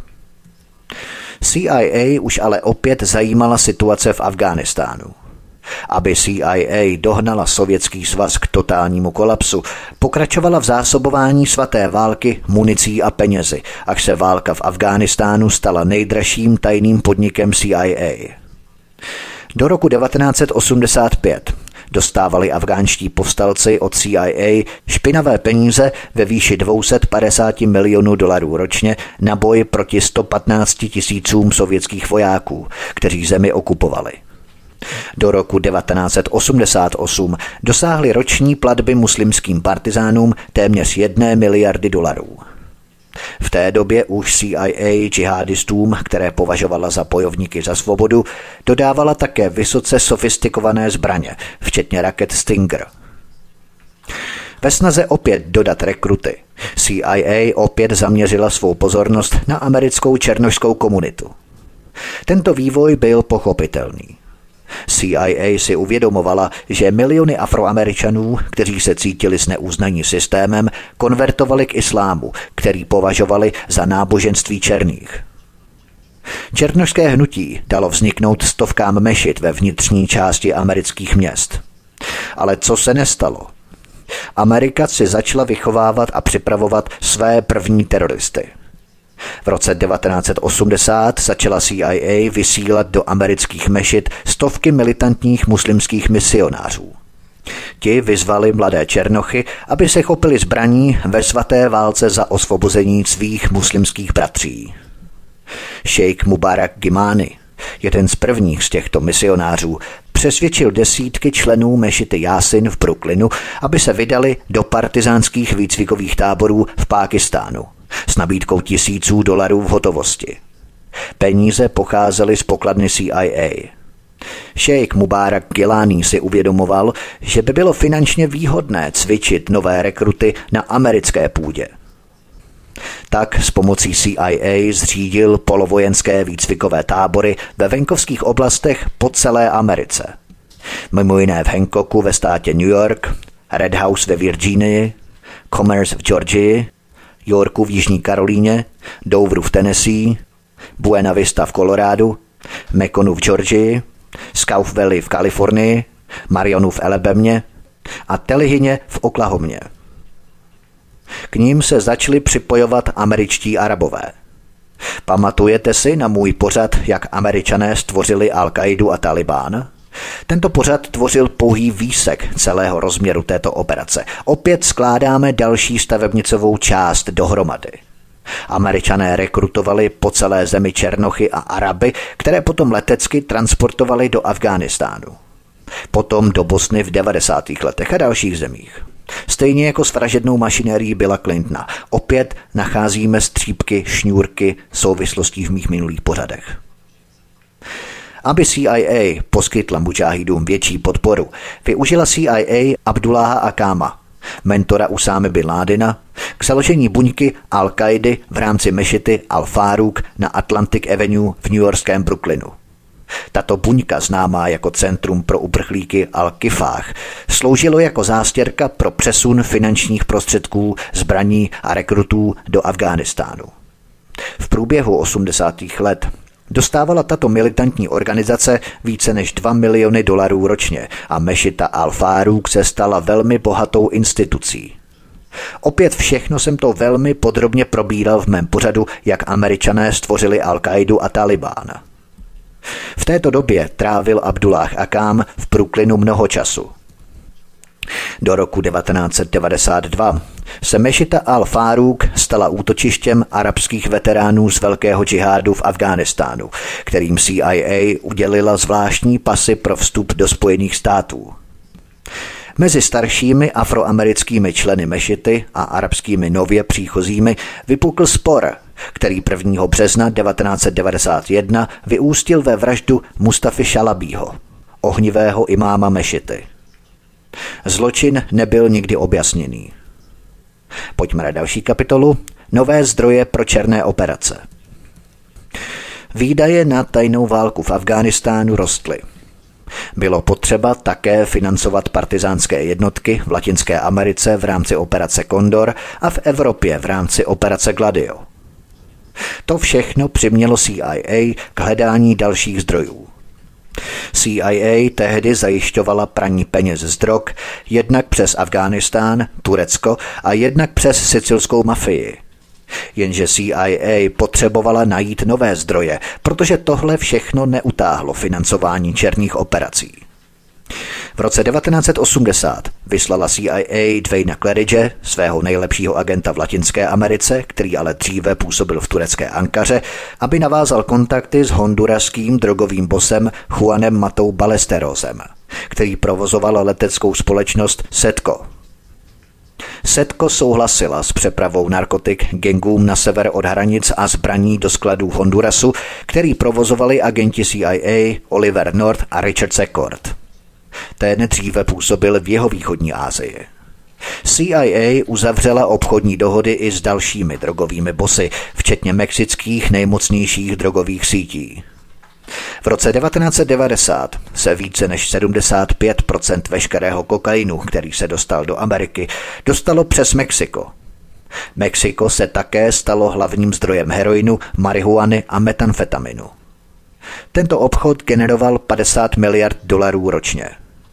CIA už ale opět zajímala situace v Afghánistánu. Aby CIA dohnala Sovětský svaz k totálnímu kolapsu, pokračovala v zásobování svaté války municí a penězi, až se válka v Afghánistánu stala nejdražším tajným podnikem CIA. Do roku 1985 dostávali afgánští povstalci od CIA špinavé peníze ve výši $250 milionů ročně na boj proti 115 000 sovětských vojáků, kteří zemi okupovali. Do roku 1988 dosáhly roční platby muslimským partizánům téměř $1 miliardy. V té době už CIA džihadistům, které považovala za bojovníky za svobodu, dodávala také vysoce sofistikované zbraně, včetně raket Stinger. Ve snaze opět dodat rekruty, CIA opět zaměřila svou pozornost na americkou černošskou komunitu. Tento vývoj byl pochopitelný. CIA si uvědomovala, že miliony Afroameričanů, kteří se cítili zneuznaní systémem, konvertovali k islámu, který považovali za náboženství černých. Černošské hnutí dalo vzniknout stovkám mešit ve vnitřní části amerických měst. Ale co se nestalo? Amerika si začala vychovávat a připravovat své první teroristy. V roce 1980 začala CIA vysílat do amerických mešit stovky militantních muslimských misionářů. Ti vyzvali mladé černochy, aby se chopili zbraní ve svaté válce za osvobození svých muslimských bratří. Šejk Mubarak Gimani, jeden z prvních z těchto misionářů, přesvědčil desítky členů mešity Jásin v Brooklynu, aby se vydali do partizánských výcvikových táborů v Pákistánu s nabídkou $1000 v hotovosti. Peníze pocházely z pokladny CIA. Šejk Mubarak Gilani si uvědomoval, že by bylo finančně výhodné cvičit nové rekruty na americké půdě. Tak s pomocí CIA zřídil polovojenské výcvikové tábory ve venkovských oblastech po celé Americe. Mimo jiné v Hancocku ve státě New York, Red House ve Virginii, Commerce v Georgii, Yorku v Jižní Karolíně, Doveru v Tennessee, Buena Vista v Kolorádu, Maconu v Georgii, Scauf Valley v Kalifornii, Marionu v Alabamě a Tellihině v Oklahomě. K ním se začali připojovat američtí Arabové. Pamatujete si na můj pořad, jak Američané stvořili Al-Kaidu a Talibán? Tento pořad tvořil pouhý výsek celého rozměru této operace. Opět skládáme další stavebnicovou část dohromady. Američané rekrutovali po celé zemi černochy a Araby, které potom letecky transportovali do Afghánistánu. Potom do Bosny v 90. letech a dalších zemích. Stejně jako s vražednou mašinérií Billa Clintona. Opět nacházíme střípky, šňůrky souvislostí v mých minulých pořadech. Aby CIA poskytla mudžáhidům větší podporu, využila CIA Abdullaha Akáma, mentora Usámy bin Ládina, k založení buňky Al-Kaidy v rámci mešity Al-Faruq na Atlantic Avenue v newyorském Brooklynu. Tato buňka, známá jako Centrum pro uprchlíky Al-Kifáh, sloužilo jako zástěrka pro přesun finančních prostředků, zbraní a rekrutů do Afghánistánu. V průběhu 80. let dostávala tato militantní organizace více než $2 miliony ročně a mešita Al-Fárúk se stala velmi bohatou institucí. Opět všechno jsem to velmi podrobně probíral v mém pořadu, jak Američané stvořili Al-Kaidu a Talibán. V této době trávil Abdullah Akám v Brooklynu mnoho času. Do roku 1992 se mešita Al-Fárúk stala útočištěm arabských veteránů z velkého džihádu v Afghánistánu, kterým CIA udělila zvláštní pasy pro vstup do Spojených států. Mezi staršími afroamerickými členy mešity a arabskými nově příchozími vypukl spor, který 1. března 1991 vyústil ve vraždu Mustafy Šalabího, ohnivého imáma mešity. Zločin nebyl nikdy objasněný. Pojďme na další kapitolu. Nové zdroje pro černé operace. Výdaje na tajnou válku v Afghánistánu rostly. Bylo potřeba také financovat partizánské jednotky v Latinské Americe v rámci operace Condor a v Evropě v rámci operace Gladio. To všechno přimělo CIA k hledání dalších zdrojů. CIA tehdy zajišťovala praní peněz z drog jednak přes Afghánistán, Turecko a jednak přes sicilskou mafii. Jenže CIA potřebovala najít nové zdroje, protože tohle všechno neutáhlo financování černých operací. V roce 1980 vyslala CIA Dwayna Claridge, svého nejlepšího agenta v Latinské Americe, který ale dříve působil v turecké Ankaře, aby navázal kontakty s honduraským drogovým bosem Juanem Matou Balesterosem, který provozoval leteckou společnost Setco. Setco souhlasila s přepravou narkotik gangům na sever od hranic a zbraní do skladů Hondurasu, který provozovali agenti CIA Oliver North a Richard Secord. Ten dříve působil v jihovýchodní Asii. CIA uzavřela obchodní dohody i s dalšími drogovými bosy, včetně mexických nejmocnějších drogových sítí. V roce 1990 se více než 75% veškerého kokainu, který se dostal do Ameriky, dostalo přes Mexiko. Mexiko se také stalo hlavním zdrojem heroinu, marihuany a metamfetaminu. Tento obchod generoval $50 miliard ročně.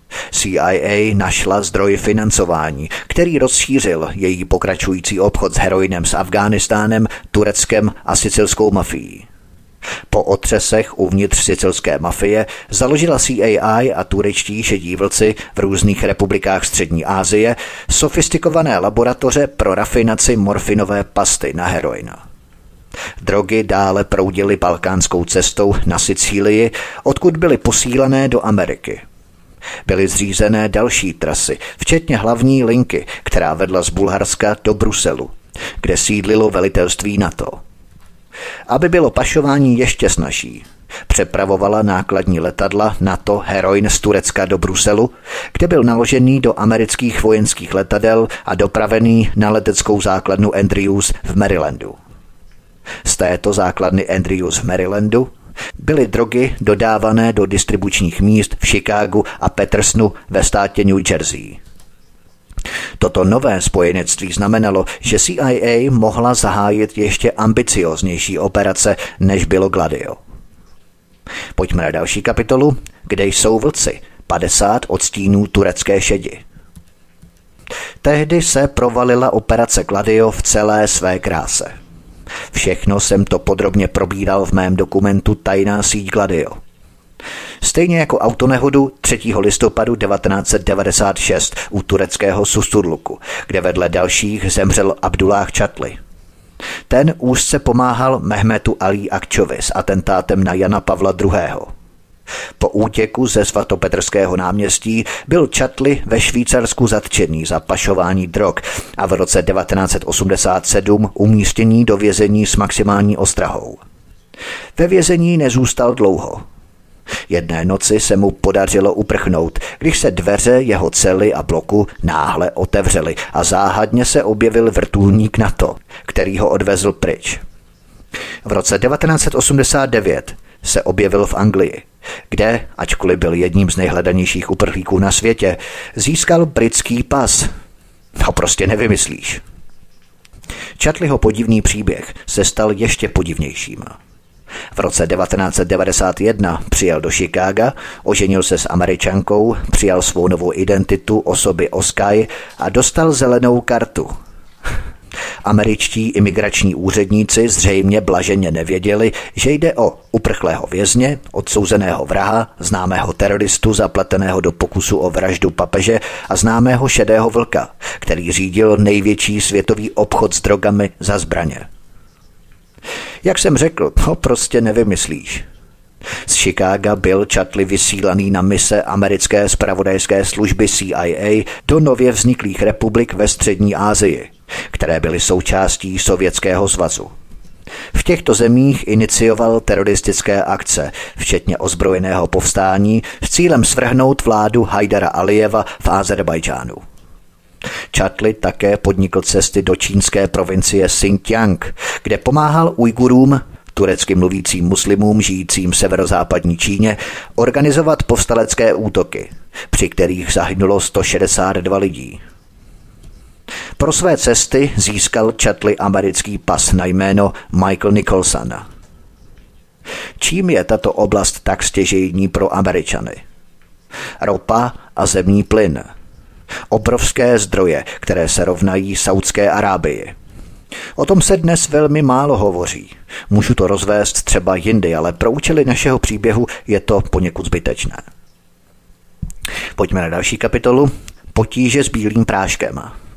CIA našla zdroj financování, který rozšířil její pokračující obchod s heroinem s Afghánistánem, Tureckem a sicilskou mafií. Po otřesech uvnitř sicilské mafie založila CIA a turečtí šedí vlci v různých republikách střední Asie sofistikované laboratoře pro rafinaci morfinové pasty na heroin. Drogy dále proudily balkánskou cestou na Sicílii, odkud byly posílané do Ameriky. Byly zřízené další trasy, včetně hlavní linky, která vedla z Bulharska do Bruselu, kde sídlilo velitelství NATO. Aby bylo pašování ještě snazší, přepravovala nákladní letadla NATO heroin z Turecka do Bruselu, kde byl naložený do amerických vojenských letadel a dopravený na leteckou základnu Andrews v Marylandu. Z této základny Andrews v Marylandu byly drogy dodávané do distribučních míst v Chicagu a Patersonu ve státě New Jersey. Toto nové spojenectví znamenalo, že CIA mohla zahájit ještě ambicioznější operace, než bylo Gladio. Pojďme na další kapitolu, kde jsou vlci, 50 odstínů turecké šedi. Tehdy se provalila operace Gladio v celé své kráse. Všechno jsem to podrobně probíral v mém dokumentu Tajná síť Gladio. Stejně jako autonehodu 3. listopadu 1996 u tureckého Susturluku, kde vedle dalších zemřel Abdullah Čatli. Ten úzce pomáhal Mehmetu Ali Akčovi s atentátem na Jana Pavla II. Po útěku ze svatopetrského náměstí byl Čatli ve Švýcarsku zatčený za pašování drog a v roce 1987 umístěný do vězení s maximální ostrahou. Ve vězení nezůstal dlouho. Jedné noci se mu podařilo uprchnout, když se dveře jeho cely a bloku náhle otevřely a záhadně se objevil vrtulník NATO, který ho odvezl pryč. V roce 1989 se objevil v Anglii, kde, ačkoliv byl jedním z nejhledanějších uprchlíků na světě, získal britský pas. To prostě nevymyslíš. Chatliho podivný příběh se stal ještě podivnějším. V roce 1991 přijel do Chicaga, oženil se s Američankou, přijal svou novou identitu osoby Oskai a dostal zelenou kartu. Američtí imigrační úředníci zřejmě blaženě nevěděli, že jde o uprchlého vězně, odsouzeného vraha, známého teroristu zapleteného do pokusu o vraždu papeže a známého šedého vlka, který řídil největší světový obchod s drogami za zbraně. Jak jsem řekl, to prostě nevymyslíš. Z Chicaga byl Chatli vysílaný na mise americké zpravodajské služby CIA do nově vzniklých republik ve střední Asii, které byly součástí Sovětského svazu. V těchto zemích inicioval teroristické akce, včetně ozbrojeného povstání, s cílem svrhnout vládu Hajdara Alijeva v Azerbajdžánu. Chatli také podnikl cesty do čínské provincie Xinjiang, kde pomáhal Ujgurům, turecky mluvícím muslimům žijícím v severozápadní Číně, organizovat povstalecké útoky, při kterých zahynulo 162 lidí. Pro své cesty získal Chatli americký pas na jméno Michael Nicholson. Čím je tato oblast tak stěžejní pro Američany? Ropa a zemní plyn. Obrovské zdroje, které se rovnají Saudské Arábii. O tom se dnes velmi málo hovoří. Můžu to rozvést třeba jindy, ale pro účely našeho příběhu je to poněkud zbytečné. Pojďme na další kapitolu. Potíže s bílým práškem.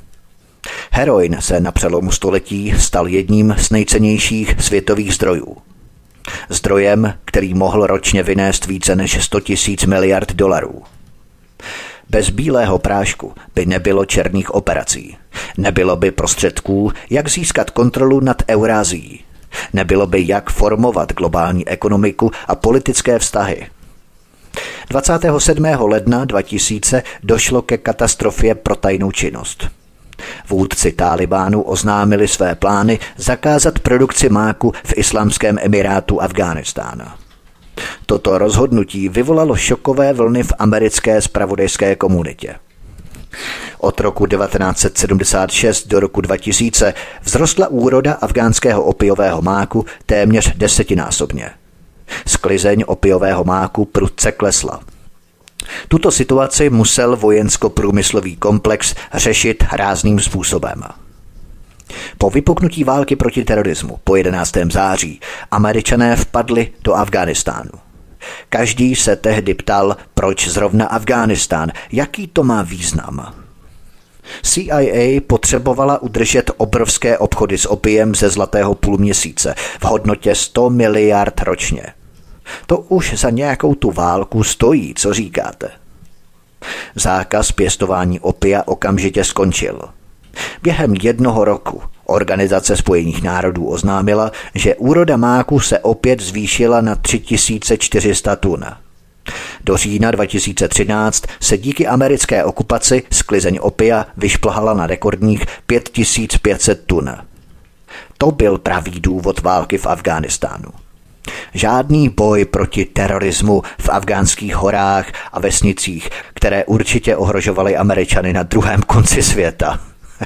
Heroin se na přelomu století stal jedním z nejcennějších světových zdrojů. Zdrojem, který mohl ročně vynést více než 100 000 miliard dolarů. Bez bílého prášku by nebylo černých operací. Nebylo by prostředků, jak získat kontrolu nad Eurázií. Nebylo by jak formovat globální ekonomiku a politické vztahy. 27. ledna 2000 došlo ke katastrofě pro tajnou činnost. Vůdci Tálibánu oznámili své plány zakázat produkci máku v Islámském emirátu Afghánistán. Toto rozhodnutí vyvolalo šokové vlny v americké zpravodajské komunitě. Od roku 1976 do roku 2000 vzrostla úroda afghánského opiového máku téměř 10násobně. Sklizeň opiového máku prudce klesla. Tuto situaci musel vojensko-průmyslový komplex řešit rázným způsobem. Po vypuknutí války proti terorismu po 11. září Američané vpadli do Afghánistánu. Každý se tehdy ptal, proč zrovna Afghánistán, jaký to má význam. CIA potřebovala udržet obrovské obchody s opiem ze zlatého půlměsíce v hodnotě 100 miliard ročně. To už za nějakou tu válku stojí, co říkáte? Zákaz pěstování opia okamžitě skončil. Během 1 roku Organizace spojených národů oznámila, že úroda máku se opět zvýšila na 3400 tun. Do října 2013 se díky americké okupaci sklizeň opia vyšplhala na rekordních 5500 tun. To byl pravý důvod války v Afghánistánu. Žádný boj proti terorismu v afgánských horách a vesnicích, které určitě ohrožovaly Američany na druhém konci světa.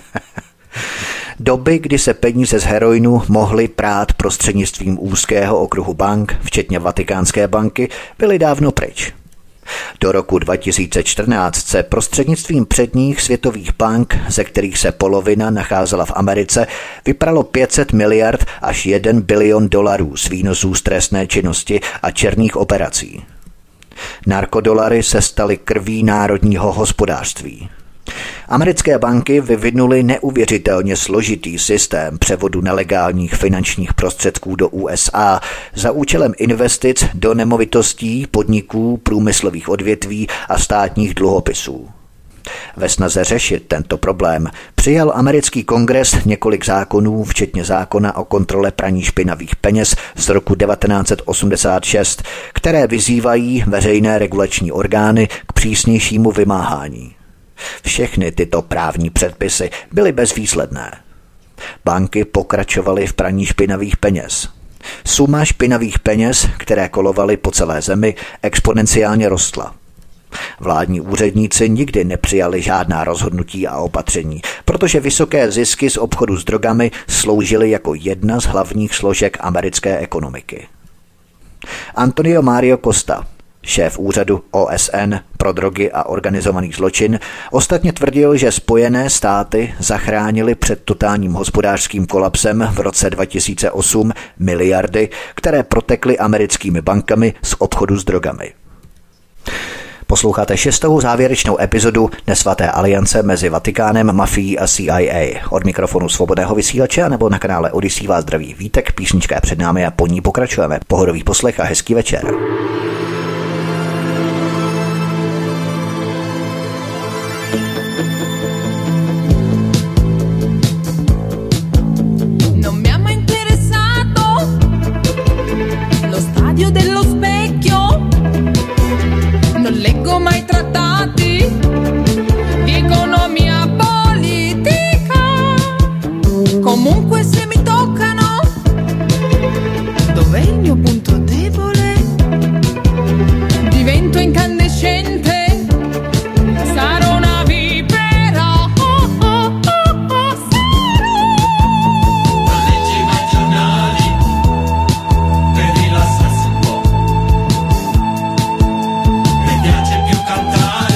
Doby, kdy se peníze z heroinu mohly prát prostřednictvím úzkého okruhu bank, včetně Vatikánské banky, byly dávno pryč. Do roku 2014 se prostřednictvím předních světových bank, ze kterých se polovina nacházela v Americe, vypralo 500 miliard až 1 bilion dolarů z výnosů z trestné činnosti a černých operací. Narkodolary se staly krví národního hospodářství. Americké banky vyvinuly neuvěřitelně složitý systém převodu nelegálních finančních prostředků do USA za účelem investic do nemovitostí, podniků, průmyslových odvětví a státních dluhopisů. Ve snaze řešit tento problém přijal americký kongres několik zákonů, včetně zákona o kontrole praní špinavých peněz z roku 1986, které vyzývají veřejné regulační orgány k přísnějšímu vymáhání. Všechny tyto právní předpisy byly bezvýsledné. Banky pokračovaly v praní špinavých peněz. Suma špinavých peněz, které kolovaly po celé zemi, exponenciálně rostla. Vládní úředníci nikdy nepřijali žádná rozhodnutí a opatření, protože vysoké zisky z obchodu s drogami sloužily jako jedna z hlavních složek americké ekonomiky. Antonio Mario Costa, šéf úřadu OSN pro drogy a organizovaný zločin, ostatně tvrdil, že Spojené státy zachránily před totálním hospodářským kolapsem v roce 2008 miliardy, které protekly americkými bankami z obchodu s drogami. Posloucháte 6. závěrečnou epizodu Nesvaté aliance mezi Vatikánem, mafií a CIA. Od mikrofonu Svobodného vysílače nebo na kanále Odyssey vás zdraví Vítek, písnička je před námi a po ní pokračujeme. Pohodový poslech a hezký večer. Comunque se mi toccano, dov'è il mio punto debole? Divento incandescente, sarò una vipera, sarò. Non leggi mai giornali per rilassarsi un po', mi piace più cantare.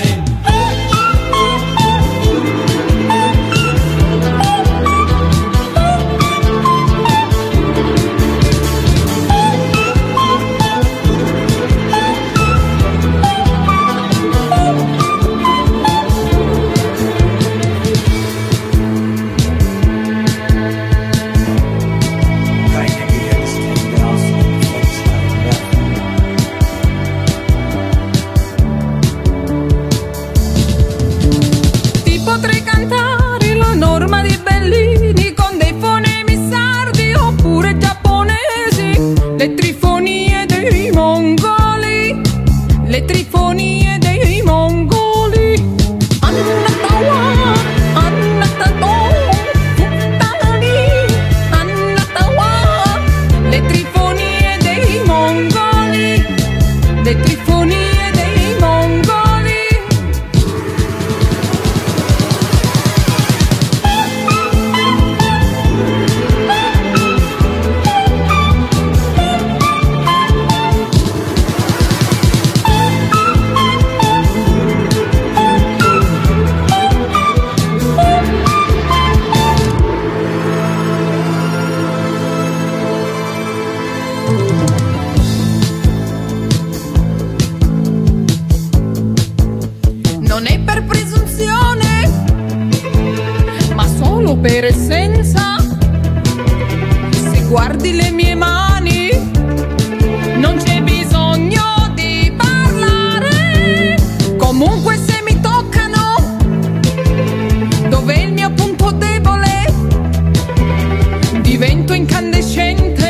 Non è per presunzione, ma solo per essenza. Se guardi le mie mani, non c'è bisogno di parlare. Comunque se mi toccano, dov'è il mio punto debole? Divento incandescente.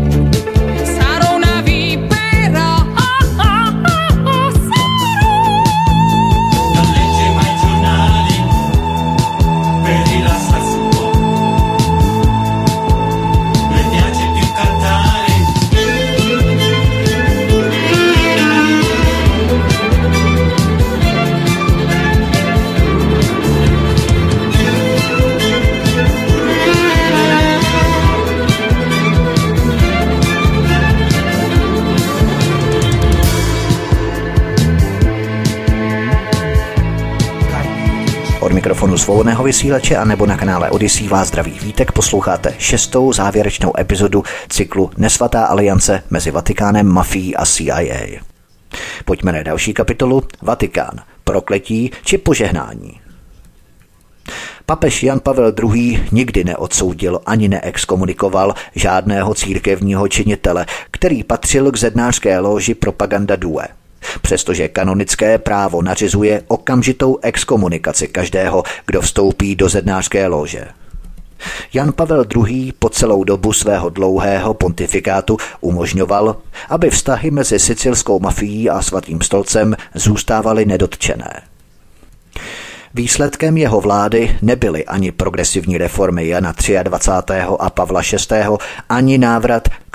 Od mikrofonu Svobodného vysílače a nebo na kanále Odyssey vás zdraví Vítek, posloucháte 6. závěrečnou epizodu cyklu Nesvatá aliance mezi Vatikánem, mafií a CIA. Pojďme na další kapitolu Vatikán. Prokletí či požehnání. Papež Jan Pavel II. Nikdy neodsoudil ani neexkomunikoval žádného církevního činitele, který patřil k zednářské lóži Propaganda Due. Přestože kanonické právo nařizuje okamžitou exkomunikaci každého, kdo vstoupí do zednářské lóže. Jan Pavel II. Po celou dobu svého dlouhého pontifikátu umožňoval, aby vztahy mezi sicilskou mafií a Svatým stolcem zůstávaly nedotčené. Výsledkem jeho vlády nebyly ani progresivní reformy Jana 23. a Pavla VI., ani návrat k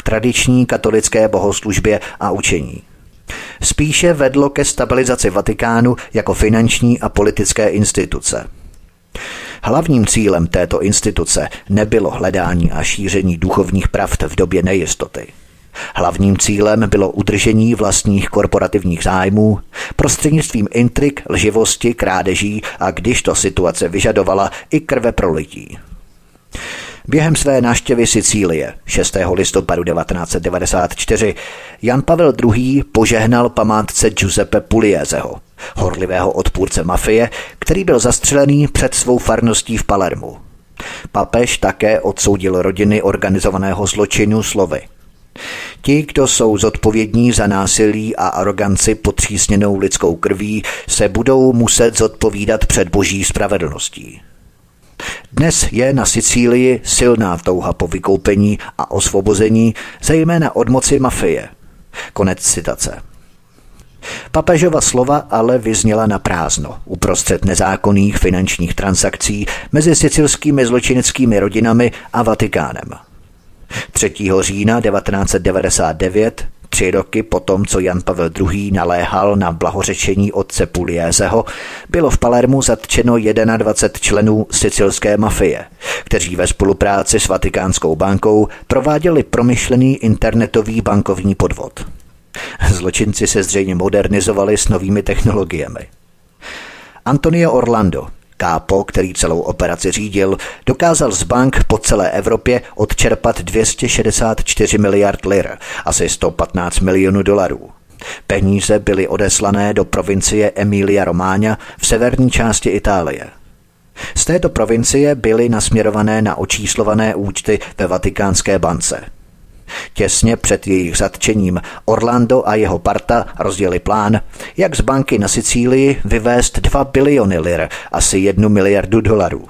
tradiční katolické bohoslužbě a učení. Spíše vedlo ke stabilizaci Vatikánu jako finanční a politické instituce. Hlavním cílem této instituce nebylo hledání a šíření duchovních pravd v době nejistoty. Hlavním cílem bylo udržení vlastních korporativních zájmů prostřednictvím intrik, lživosti, krádeží a když to situace vyžadovala i krve prolití. Během své návštěvy Sicílie 6. listopadu 1994 Jan Pavel II. Požehnal památce Giuseppe Pulieseho, horlivého odpůrce mafie, který byl zastřelený před svou farností v Palermu. Papež také odsoudil rodiny organizovaného zločinu slovy: Ti, kdo jsou zodpovědní za násilí a aroganci potřísněnou lidskou krví, se budou muset zodpovídat před boží spravedlností. Dnes je na Sicílii silná touha po vykoupení a osvobození, zejména od moci mafie. Konec citace. Papežova slova ale vyzněla na prázdno uprostřed nezákonných finančních transakcí mezi sicilskými zločineckými rodinami a Vatikánem. 3. října 1999, 3 roky potom, co Jan Pavel II. Naléhal na blahořečení otce Pulieseho, bylo v Palermu zatčeno 21 členů sicilské mafie, kteří ve spolupráci s Vatikánskou bankou prováděli promyšlený internetový bankovní podvod. Zločinci se zřejmě modernizovali s novými technologiemi. Antonio Orlando, kápo, který celou operaci řídil, dokázal z bank po celé Evropě odčerpat 264 miliard lir, asi 115 milionů dolarů. Peníze byly odeslané do provincie Emilia Romagna v severní části Itálie. Z této provincie byly nasměrované na očíslované účty ve Vatikánské bance. Těsně před jejich zatčením Orlando a jeho parta rozjeli plán, jak z banky na Sicílii vyvést 2 biliony lir, asi 1 miliardu dolarů.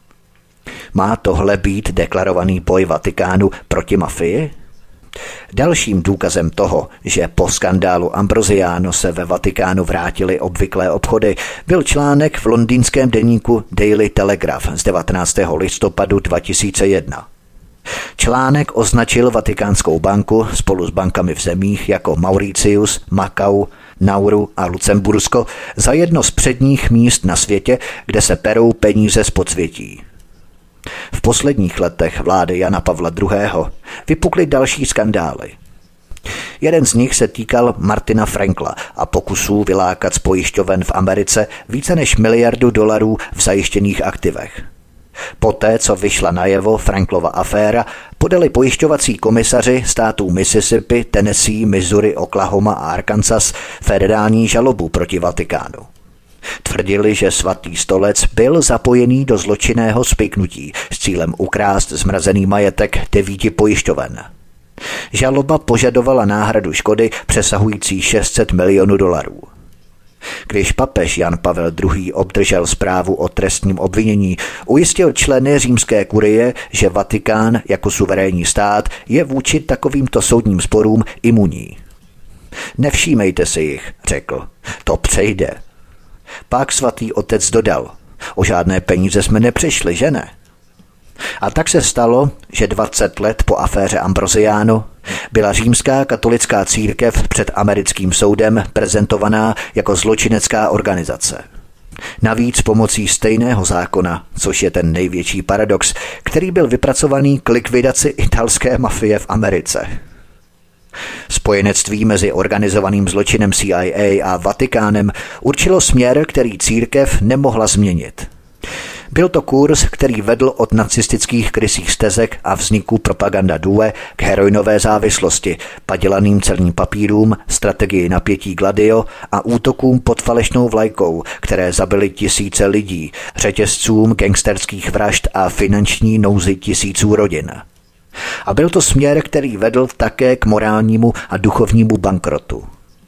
Má tohle být deklarovaný boj Vatikánu proti mafii? Dalším důkazem toho, že po skandálu Ambrosiano se ve Vatikánu vrátily obvyklé obchody, byl článek v londýnském deníku Daily Telegraph z 19. listopadu 2001. Článek označil Vatikánskou banku spolu s bankami v zemích jako Mauritius, Macau, Nauru a Lucembursko za jedno z předních míst na světě, kde se perou peníze z podsvětí. V posledních letech vlády Jana Pavla II. Vypukly další skandály. Jeden z nich se týkal Martina Frankla a pokusů vylákat z pojišťoven v Americe více než $1 miliardu v zajištěných aktivech. Poté, co vyšla najevo Franklova aféra, podali pojišťovací komisaři států Mississippi, Tennessee, Missouri, Oklahoma a Arkansas federální žalobu proti Vatikánu. Tvrdili, že Svatý stolec byl zapojený do zločinného spiknutí s cílem ukrást zmrazený majetek 9 pojišťoven. Žaloba požadovala náhradu škody přesahující $600 milionů. Když papež Jan Pavel II. Obdržel zprávu o trestním obvinění, ujistil členy římské kurie, že Vatikán jako suverénní stát je vůči takovýmto soudním sporům imunní. Nevšímejte si jich, řekl, to přejde. Pak svatý otec dodal, o žádné peníze jsme nepřišli, že ne? A tak se stalo, že 20 let po aféře Ambrosiano byla římská katolická církev před americkým soudem prezentovaná jako zločinecká organizace. Navíc pomocí stejného zákona, což je ten největší paradox, který byl vypracovaný k likvidaci italské mafie v Americe. Spojenectví mezi organizovaným zločinem CIA a Vatikánem určilo směr, který církev nemohla změnit. Byl to kurz, který vedl od nacistických krysích stezek a vzniku propaganda due k heroinové závislosti, padělaným celním papírům, strategii napětí Gladio a útokům pod falešnou vlajkou, které zabily tisíce lidí, řetězcům gangsterských vražd a finanční nouzi tisíců rodin. A byl to směr, který vedl také k morálnímu a duchovnímu bankrotu.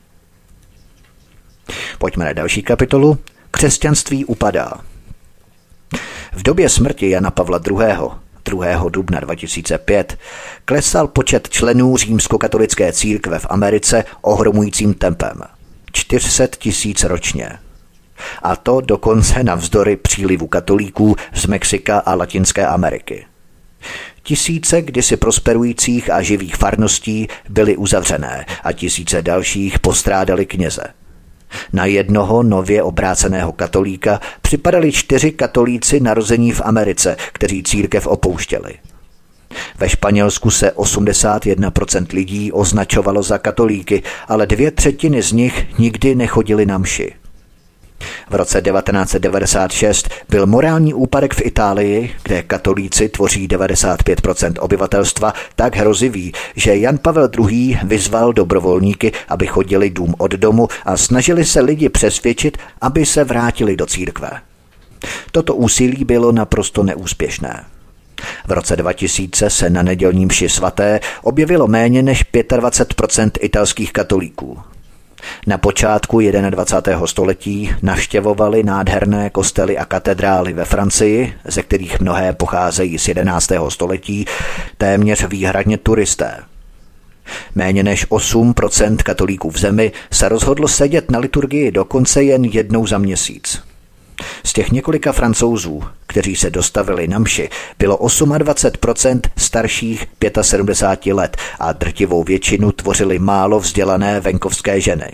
Pojďme na další kapitolu. Křesťanství upadá. V době smrti Jana Pavla II. 2. dubna 2005 klesal počet členů římskokatolické církve v Americe ohromujícím tempem. 400 000 ročně. A to dokonce navzdory přílivu katolíků z Mexika a Latinské Ameriky. Tisíce kdysi prosperujících a živých farností byly uzavřené a tisíce dalších postrádali kněze. Na jednoho nově obráceného katolíka připadali 4 katolíci narození v Americe, kteří církev opouštěli. Ve Španělsku se 81% lidí označovalo za katolíky, ale 2/3 z nich nikdy nechodili na mši. V roce 1996 byl morální úpadek v Itálii, kde katolíci tvoří 95% obyvatelstva, tak hrozivý, že Jan Pavel II. Vyzval dobrovolníky, aby chodili dům od domu a snažili se lidi přesvědčit, aby se vrátili do církve. Toto úsilí bylo naprosto neúspěšné. V roce 2000 se na nedělní mši svaté objevilo méně než 25% italských katolíků. Na počátku 21. století navštěvovali nádherné kostely a katedrály ve Francii, ze kterých mnohé pocházejí z 11. století, téměř výhradně turisté. Méně než 8% katolíků v zemi se rozhodlo sedět na liturgii dokonce jen jednou za měsíc. Z těch několika Francouzů, kteří se dostavili na mši, bylo 28% starších 75 let a drtivou většinu tvořily málo vzdělané venkovské ženy.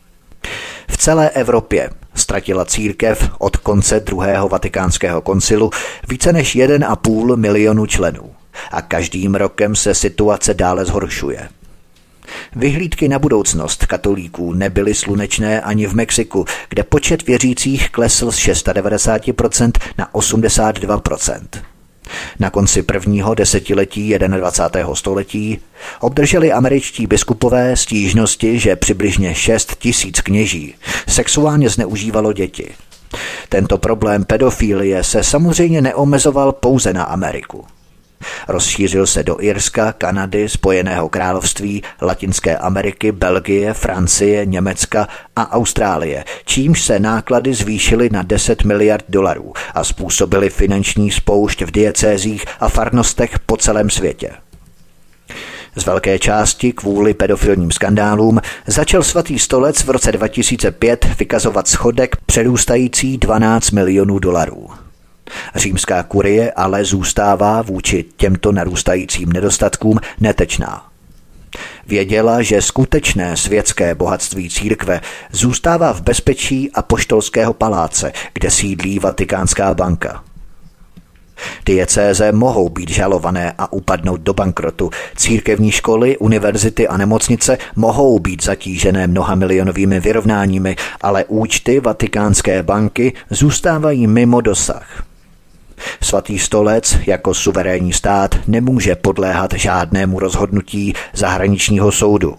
V celé Evropě ztratila církev od konce druhého vatikánského koncilu více než 1,5 milionu členů a každým rokem se situace dále zhoršuje. Vyhlídky na budoucnost katolíků nebyly slunečné ani v Mexiku, kde počet věřících klesl z 96% na 82%. Na konci prvního desetiletí 21. století obdrželi američtí biskupové stížnosti, že přibližně 6 000 kněží sexuálně zneužívalo děti. Tento problém pedofilie se samozřejmě neomezoval pouze na Ameriku. Rozšířil se do Irska, Kanady, Spojeného království, Latinské Ameriky, Belgie, Francie, Německa a Austrálie, čímž se náklady zvýšily na $10 miliard a způsobily finanční spoušť v diecézích a farnostech po celém světě. Z velké části kvůli pedofilním skandálům začal Svatý stolec v roce 2005 vykazovat schodek přerůstající $12 milionů. Římská kurie ale zůstává vůči těmto narůstajícím nedostatkům netečná. Věděla, že skutečné světské bohatství církve zůstává v bezpečí apoštolského paláce, kde sídlí Vatikánská banka. Diecéze mohou být žalované a upadnout do bankrotu. Církevní školy, univerzity a nemocnice mohou být zatížené mnohamilionovými vyrovnáními, ale účty Vatikánské banky zůstávají mimo dosah. Svatý stolec jako suverénní stát nemůže podléhat žádnému rozhodnutí zahraničního soudu.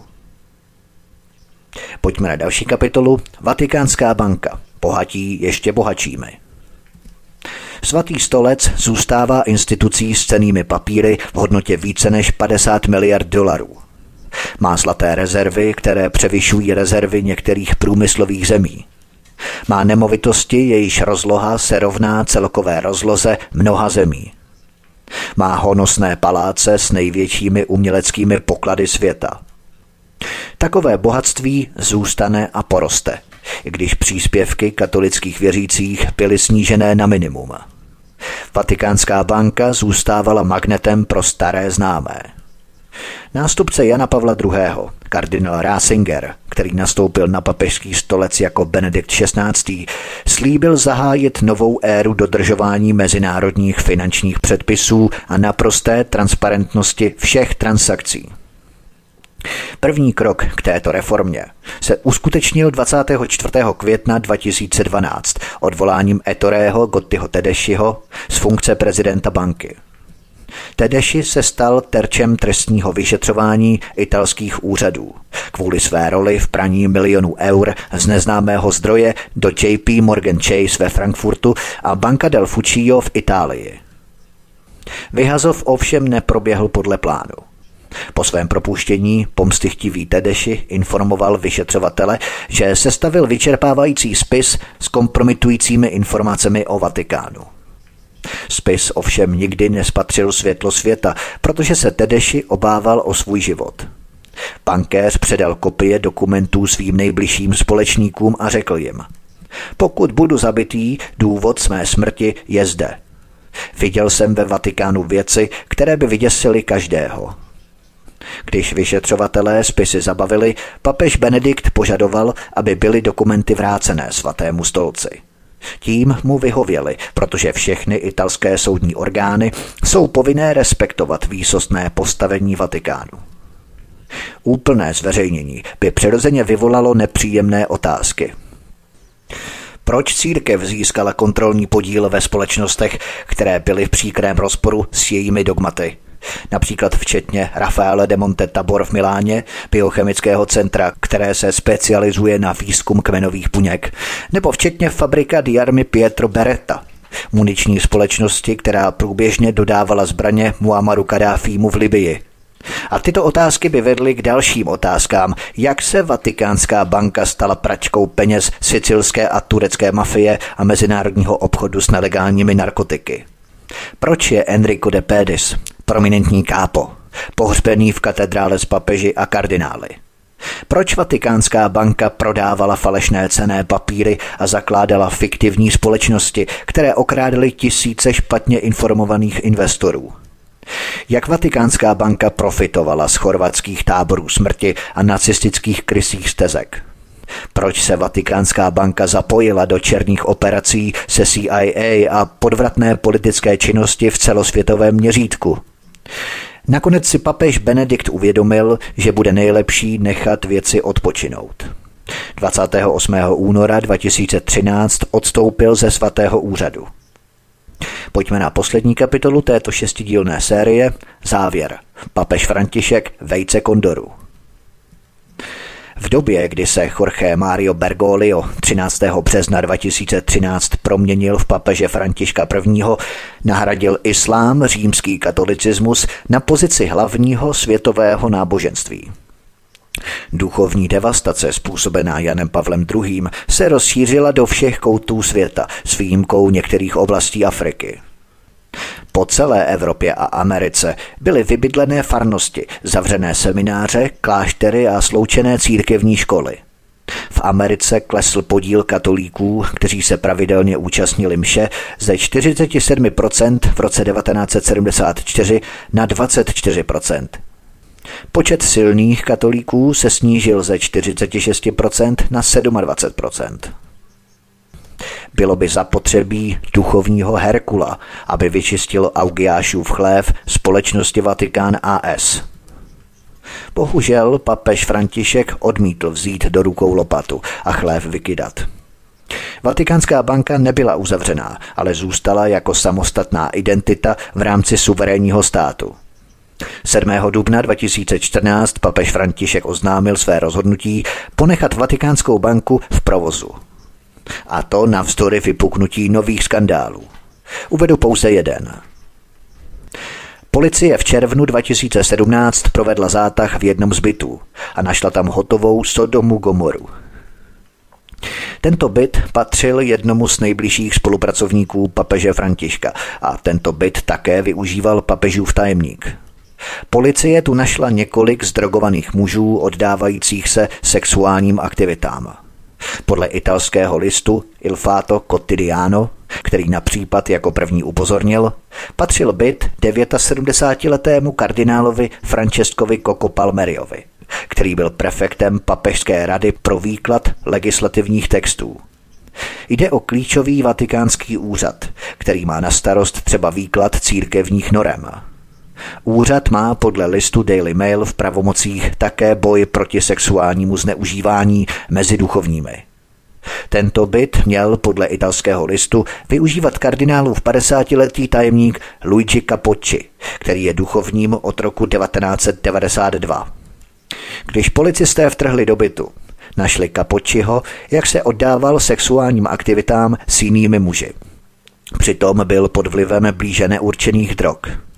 Pojďme na další kapitolu. Vatikánská banka. Bohatí ještě bohatšími. Svatý stolec zůstává institucí s cennými papíry v hodnotě více než $50 miliard. Má zlaté rezervy, které převyšují rezervy některých průmyslových zemí. Má nemovitosti, jejíž rozloha se rovná celkové rozloze mnoha zemí. Má honosné paláce s největšími uměleckými poklady světa. Takové bohatství zůstane a poroste, i když příspěvky katolických věřících byly snížené na minimum. Vatikánská banka zůstávala magnetem pro staré známé. Nástupce Jana Pavla II., kardinál Ratzinger, který nastoupil na papežský stolec jako Benedikt XVI., slíbil zahájit novou éru dodržování mezinárodních finančních předpisů a naprosté transparentnosti všech transakcí. První krok k této reformě se uskutečnil 24. května 2012 odvoláním Ettoreho Gottiho Tedeschiho z funkce prezidenta banky. Tedeschi se stal terčem trestního vyšetřování italských úřadů kvůli své roli v praní milionů eur z neznámého zdroje do JP Morgan Chase ve Frankfurtu a Banca del Fucino v Itálii. Vyhazov ovšem neproběhl podle plánu. Po svém propuštění pomstychtivý Tedeschi informoval vyšetřovatele, že sestavil vyčerpávající spis s kompromitujícími informacemi o Vatikánu. Spis ovšem nikdy nespatřil světlo světa, protože se Tedeschi obával o svůj život. Bankéř předal kopie dokumentů svým nejbližším společníkům a řekl jim: pokud budu zabitý, důvod své smrti je zde. Viděl jsem ve Vatikánu věci, které by vyděsily každého. Když vyšetřovatelé spisy zabavili, papež Benedikt požadoval, aby byly dokumenty vrácené Svatému stolci. Tím mu vyhověli, protože všechny italské soudní orgány jsou povinné respektovat výsostné postavení Vatikánu. Úplné zveřejnění by přirozeně vyvolalo nepříjemné otázky. Proč církev získala kontrolní podíl ve společnostech, které byly v příkrém rozporu s jejími dogmaty? Například včetně Raffaele de Monte Tabor v Miláně, biochemického centra, které se specializuje na výzkum kmenových buněk, nebo včetně fabrika di armi Pietro Beretta, muniční společnosti, která průběžně dodávala zbraně Muammaru Kaddáfímu v Libyi. A tyto otázky by vedly k dalším otázkám, jak se Vatikánská banka stala pračkou peněz sicilské a turecké mafie a mezinárodního obchodu s nelegálními narkotiky. Proč je Enrico de Pedis, prominentní kápo, pohřbený v katedrále s papeži a kardinály? Proč Vatikánská banka prodávala falešné cenné papíry a zakládala fiktivní společnosti, které okrádaly tisíce špatně informovaných investorů? Jak Vatikánská banka profitovala z chorvatských táborů smrti a nacistických krysích stezek? Proč se Vatikánská banka zapojila do černých operací se CIA a podvratné politické činnosti v celosvětovém měřítku? Nakonec si papež Benedikt uvědomil, že bude nejlepší nechat věci odpočinout. 28. února 2013 odstoupil ze svatého úřadu. Pojďme na poslední kapitolu této šestidílné série, závěr. Papež František vejce kondoru. V době, kdy se Jorge Mario Bergoglio 13. března 2013 proměnil v papeže Františka I., nahradil islám, římský katolicismus, na pozici hlavního světového náboženství. Duchovní devastace způsobená Janem Pavlem II. Se rozšířila do všech koutů světa s výjimkou některých oblastí Afriky. Po celé Evropě a Americe byly vybydlené farnosti, zavřené semináře, kláštery a sloučené církevní školy. V Americe klesl podíl katolíků, kteří se pravidelně účastnili mše, ze 47% v roce 1974 na 24%. Počet silných katolíků se snížil ze 46% na 27%. Bylo by zapotřebí duchovního Herkula, aby vyčistil Augiášův chlév společnosti Vatikán AS. Bohužel papež František odmítl vzít do rukou lopatu a chlév vykydat. Vatikánská banka nebyla uzavřená, ale zůstala jako samostatná identita v rámci suverénního státu. 7. dubna 2014 papež František oznámil své rozhodnutí ponechat Vatikánskou banku v provozu. A to navzdory vypuknutí nových skandálů. Uvedu pouze jeden. Policie v červnu 2017 provedla zátah v jednom z bytů a našla tam hotovou Sodomu Gomoru. Tento byt patřil jednomu z nejbližších spolupracovníků papeže Františka a tento byt také využíval papežův tajemník. Policie tu našla několik zdrogovaných mužů oddávajících se sexuálním aktivitám. Podle italského listu Il Fatto Quotidiano, který na případ jako první upozornil, patřil byt 79letému kardinálovi Francescovi Coco Palmeriovi, který byl prefektem Papežské rady pro výklad legislativních textů. Jde o klíčový vatikánský úřad, který má na starost třeba výklad církevních norem. Úřad má podle listu Daily Mail v pravomocích také boj proti sexuálnímu zneužívání mezi duchovními. Tento byt měl podle italského listu využívat kardinálův 50letý tajemník Luigi Capocci, který je duchovním od roku 1992. Když policisté vtrhli do bytu, našli Capocciho, jak se oddával sexuálním aktivitám s jinými muži. Přitom byl pod vlivem blíže neurčených drog.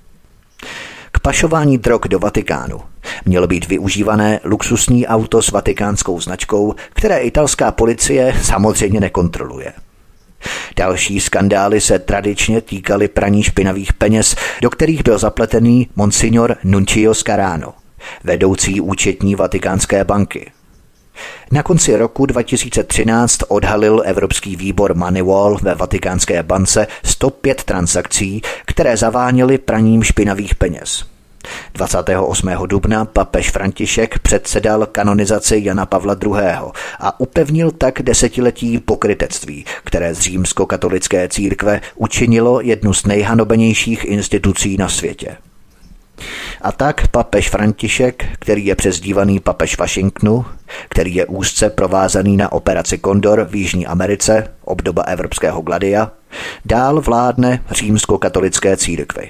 K pašování drog do Vatikánu mělo být využívané luxusní auto s vatikánskou značkou, které italská policie samozřejmě nekontroluje. Další skandály se tradičně týkaly praní špinavých peněz, do kterých byl zapletený monsignor Nuncio Scarano, vedoucí účetní Vatikánské banky. Na konci roku 2013 odhalil Evropský výbor Moneywall ve Vatikánské bance 105 transakcí, které zaváněly praním špinavých peněz. 28. dubna papež František předsedal kanonizaci Jana Pavla II. A upevnil tak desetiletí pokrytectví, které z římskokatolické církve učinilo jednu z nejhanobenějších institucí na světě. A tak papež František, který je přezdívaný papež Washingtonu, který je úzce provázaný na operaci Kondor v Jižní Americe, obdoba evropského gladia, dál vládne římskokatolické církvi.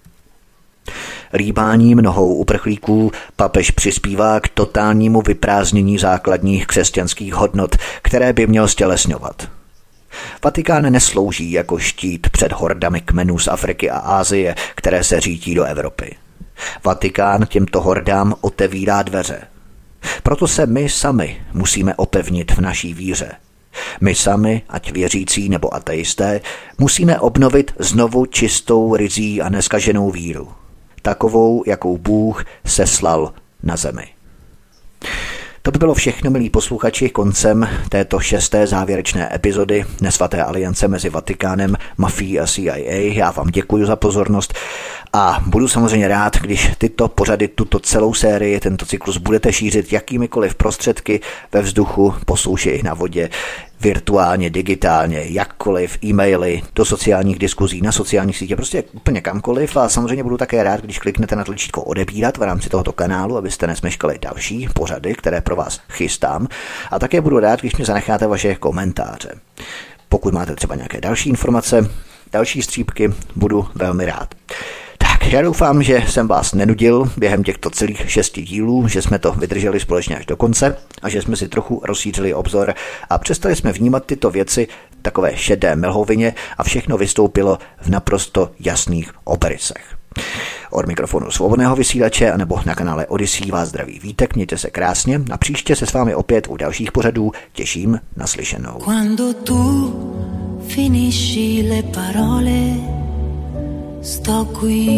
Líbáním nohou uprchlíků papež přispívá k totálnímu vyprázdnění základních křesťanských hodnot, které by měl stělesňovat. Vatikán neslouží jako štít před hordami kmenů z Afriky a Asie, které se řítí do Evropy. Vatikán těmto hordám otevírá dveře. Proto se my sami musíme opevnit v naší víře. My sami, ať věřící nebo ateisté, musíme obnovit znovu čistou, ryzí a neskaženou víru. Takovou, jakou Bůh seslal na zemi. To by bylo všechno, milí posluchači, koncem této 6. závěrečné epizody Nesvaté aliance mezi Vatikánem, mafií a CIA. Já vám děkuji za pozornost a budu samozřejmě rád, když tyto pořady, tuto celou sérii, tento cyklus budete šířit jakýmikoliv prostředky ve vzduchu, po souši i na vodě, virtuálně, digitálně, jakkoliv, e-maily, do sociálních diskuzí, na sociálních sítích, prostě úplně kamkoliv. A samozřejmě budu také rád, když kliknete na tlačítko odebírat v rámci tohoto kanálu, abyste nesmeškali další pořady, které pro vás chystám. A také budu rád, když mě zanecháte vaše komentáře. Pokud máte třeba nějaké další informace, další střípky, budu velmi rád. Tak, já doufám, že jsem vás nenudil během těchto celých 6 dílů, že jsme to vydrželi společně až do konce a že jsme si trochu rozšířili obzor a přestali jsme vnímat tyto věci takové šedé mlhovině a všechno vystoupilo v naprosto jasných obrysech. Od mikrofonu Svobodného vysílače anebo na kanále Odyssey vás zdraví Vítek, mějte se krásně a příště se s vámi opět u dalších pořadů těším na slyšenou. Quando tu finisci le parole, sto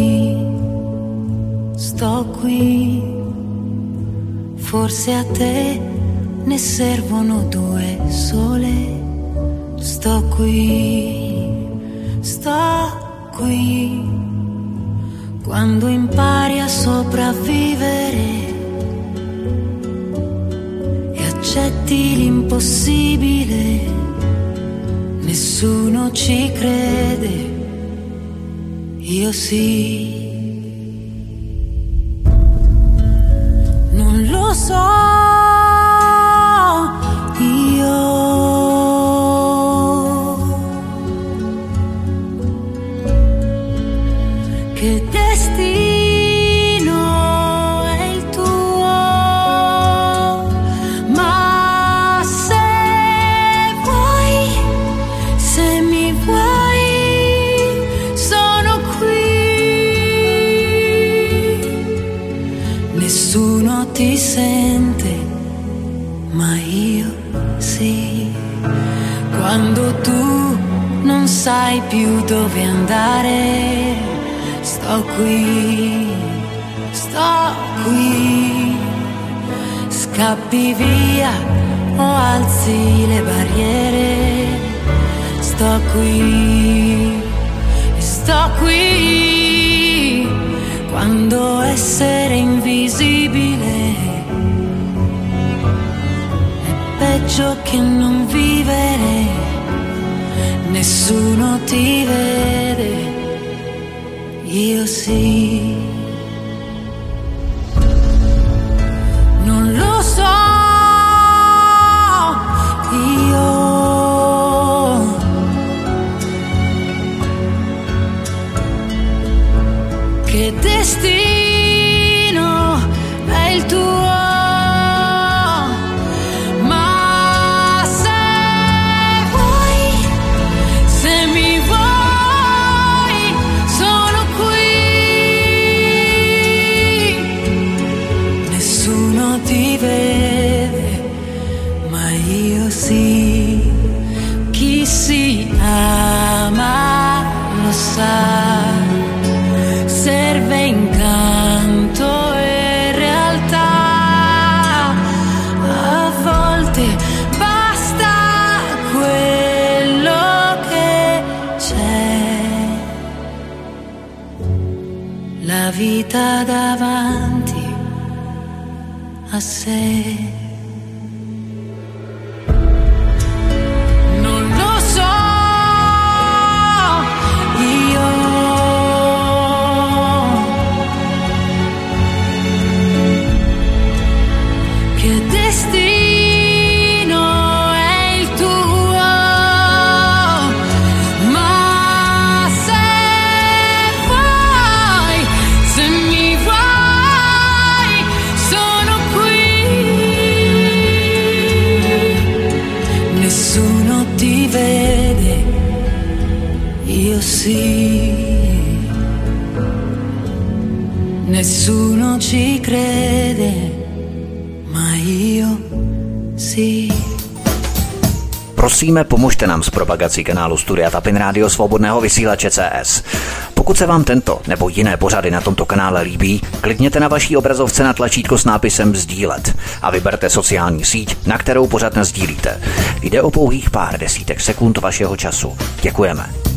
qui, forse a te ne servono due sole, sto qui, quando impari a sopravvivere e accetti l'impossibile, nessuno ci crede, io sì. Non lo so, io che destino è il tuo, ma se vuoi, se mi vuoi, sono qui. Nessuno ti sente, ma io sì. Quando tu non sai più dove andare, sto qui, scappi via o alzi le barriere, sto qui, quando essere invisibile è peggio che non vivere, nessuno ti vede, io sì. Non lo so, io che destino è il tuo, ma se vuoi, se mi vuoi, sono qui. Nessuno ti vede, ma io sì. Chi si ama lo sa, serve incanto e realtà. la vita davanti a sé. Non lo so io che destino è il tuo, ma se vuoi, se mi vuoi, sono qui. Nessuno ti vede, io sì. Nessuno ci crede, ma io sì. Prosíme, pomožte nám s propagací kanálu Studia Tapin Rádio Svobodného vysílače CS. Pokud se vám tento nebo jiné pořady na tomto kanále líbí, klikněte na vaší obrazovce na tlačítko s nápisem sdílet a vyberte sociální síť, na kterou pořad nasdílíte. Jde o pouhých pár desítek sekund vašeho času. Děkujeme.